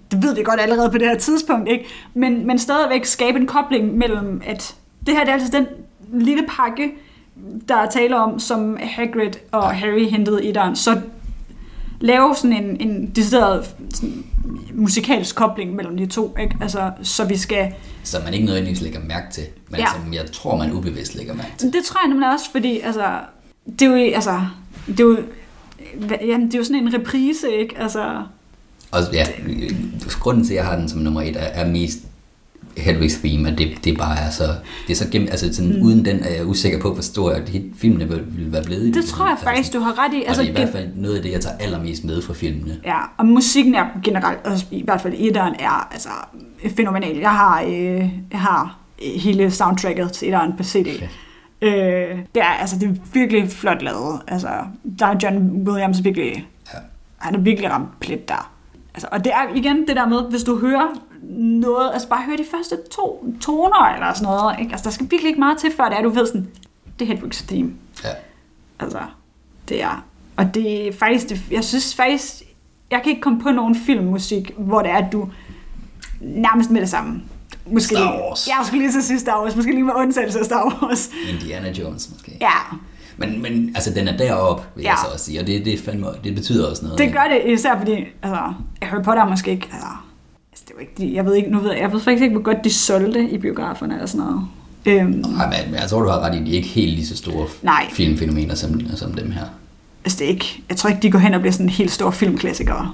det ved vi godt allerede på det her tidspunkt, ikke? Men, men stadigvæk skabe en kobling mellem, at det her det er altså den lille pakke, der er tale om, som Hagrid og Harry hentede i den, så lave sådan en, en decideret sådan, musikalsk kobling mellem de to, ikke? Altså, så vi skal... Så man ikke nødvendigvis lægger mærke til, men ja. Som jeg tror, man ubevidst lægger mærke til. Det tror jeg nemlig også, fordi altså, det er jo, altså, det er jo, jamen, det er jo sådan en reprise, ikke? Altså... Og ja, grunden til, at jeg har den som nummer et, er, er mest Hedwig's theme, at det, det bare er så, det er så gennem, altså sådan, mm. uden den er jeg usikker på, hvor stor at filmene vil, vil være blevet. Det tror jeg altså, faktisk, du har ret i. Altså, og det er i hvert fald noget af det, jeg tager allermest med fra filmene. Ja, og musikken er generelt, altså, i hvert fald etteren er altså fænomenal. Jeg har, øh, jeg har hele soundtracket til etteren på C D. Okay. Øh, det er altså det er virkelig flot lavet. Altså, der er John Williams virkelig, ja. Han er virkelig ramt plet der. Altså, og det er igen det der med, hvis du hører noget, altså bare høre de første to toner eller sådan noget, ikke? Altså der skal virkelig ikke meget til, før det er, du ved sådan, det er Hedwig's theme. Ja. Altså, det er, og det er faktisk, det, jeg synes faktisk, jeg kan ikke komme på nogen filmmusik, hvor det er, at du nærmest med det samme. Måske Star Wars. Lige, jeg skulle lige så sige Star Wars, måske lige med undtagelse af Star Wars. Indiana Jones måske. Ja. Men, men altså, den er deroppe, vil ja. jeg så også sige, og det, det, fandme, det betyder også noget. Det gør det især fordi, altså, Harry Potter måske ikke, altså, altså det var ikke, de, jeg ved ikke, nu ved jeg, jeg ved faktisk ikke, hvor godt de solgte i biograferne eller sådan noget. Øhm, Nej, men jeg tror, du har ret i, de er ikke helt lige så store nej. filmfænomener som, som dem her. Altså det er ikke, jeg tror ikke, de går hen og bliver sådan en helt stor filmklassikere.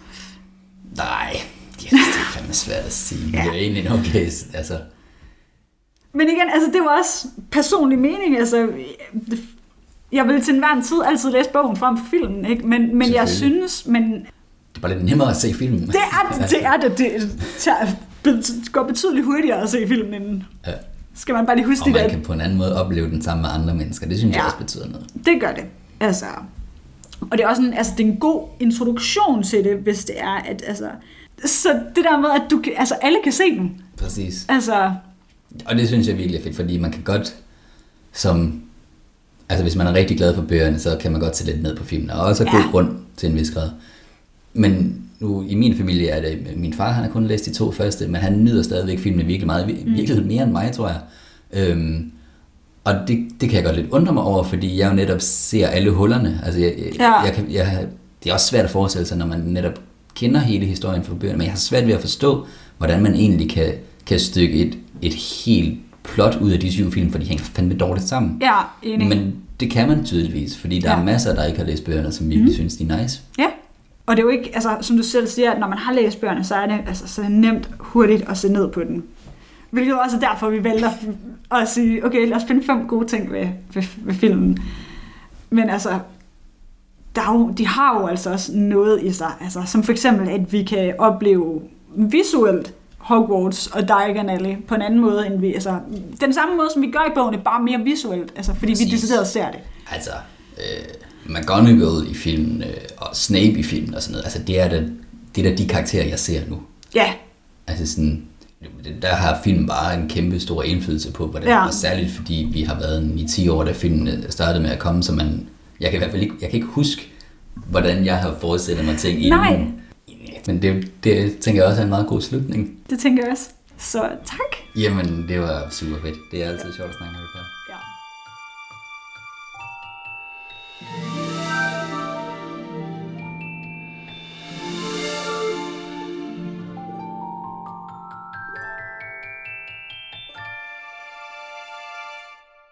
Nej, det er fandme svært at sige, ja. Det er egentlig okay, altså. Men igen, altså det var også personlig mening, altså, det, jeg vil til enhver tid altid læse bogen frem for filmen, ikke? Men, men jeg synes, men... Det er bare lidt nemmere at se filmen. Det er det, det, er det. det tager, det går betydeligt hurtigere at se filmen inden. Ja. Skal man bare lige huske og det. Og man kan på en anden måde opleve den sammen med andre mennesker. Det synes ja. jeg også betyder noget. Det gør det. Altså, og det er også en, altså, det er en god introduktion til det, hvis det er, at altså... Så det der med, at du, altså, alle kan se den. Præcis. Altså... Og det synes jeg virkelig er fedt, fordi man kan godt som... Altså hvis man er rigtig glad for bøgerne, så kan man godt se lidt ned på filmen, og også god ja. grund til en vis grad. Men nu i min familie er det, min far han har kun læst de to første, men han nyder stadigvæk filmene virkelig meget, virkelig mere end mig, tror jeg. Øhm, og det, det kan jeg godt lidt undre mig over, fordi jeg jo netop ser alle hullerne. Altså jeg, jeg, ja. jeg kan, jeg, det er også svært at forestille sig, når man netop kender hele historien fra bøgerne, men jeg har svært ved at forstå, hvordan man egentlig kan, kan stykke et, et helt plot ud af de syv film, for de hænger fandme dårligt sammen. Ja, enig. Men det kan man tydeligvis, fordi der ja. er masser, der ikke har læst bøgerne, som virkelig mm. synes, de er nice. Ja, og det er jo ikke, altså som du selv siger, at når man har læst bøgerne, så er det, altså, så er det nemt hurtigt at se ned på den. Hvilket er også derfor, vi vælger at sige, okay, lad os finde fem gode ting ved, ved, ved filmen. Men altså, der er jo, de har jo altså også noget i sig, altså, som for eksempel, at vi kan opleve visuelt Hogwarts og Diagon Alley på en anden måde, end vi, altså, den samme måde, som vi gør i bogen, bare mere visuelt, altså, fordi Præcis. vi decideret ser det. Altså, øh, McGonagall i filmen, øh, og Snape i filmen og sådan noget, altså, det er da, det er da de karakterer, jeg ser nu. Ja. Altså sådan, der har filmen bare en kæmpe stor indflydelse på, hvordan, ja. og særligt fordi vi har været i ti år, da filmen startede med at komme, så man, jeg kan i hvert fald ikke, jeg kan ikke huske, hvordan jeg har forestillet mig ting i Nej. Men det, det tænker jeg også er en meget god slutning. Det tænker jeg også. Så tak. Jamen, det var super fedt. Det er altid sjovt at snakke med dig.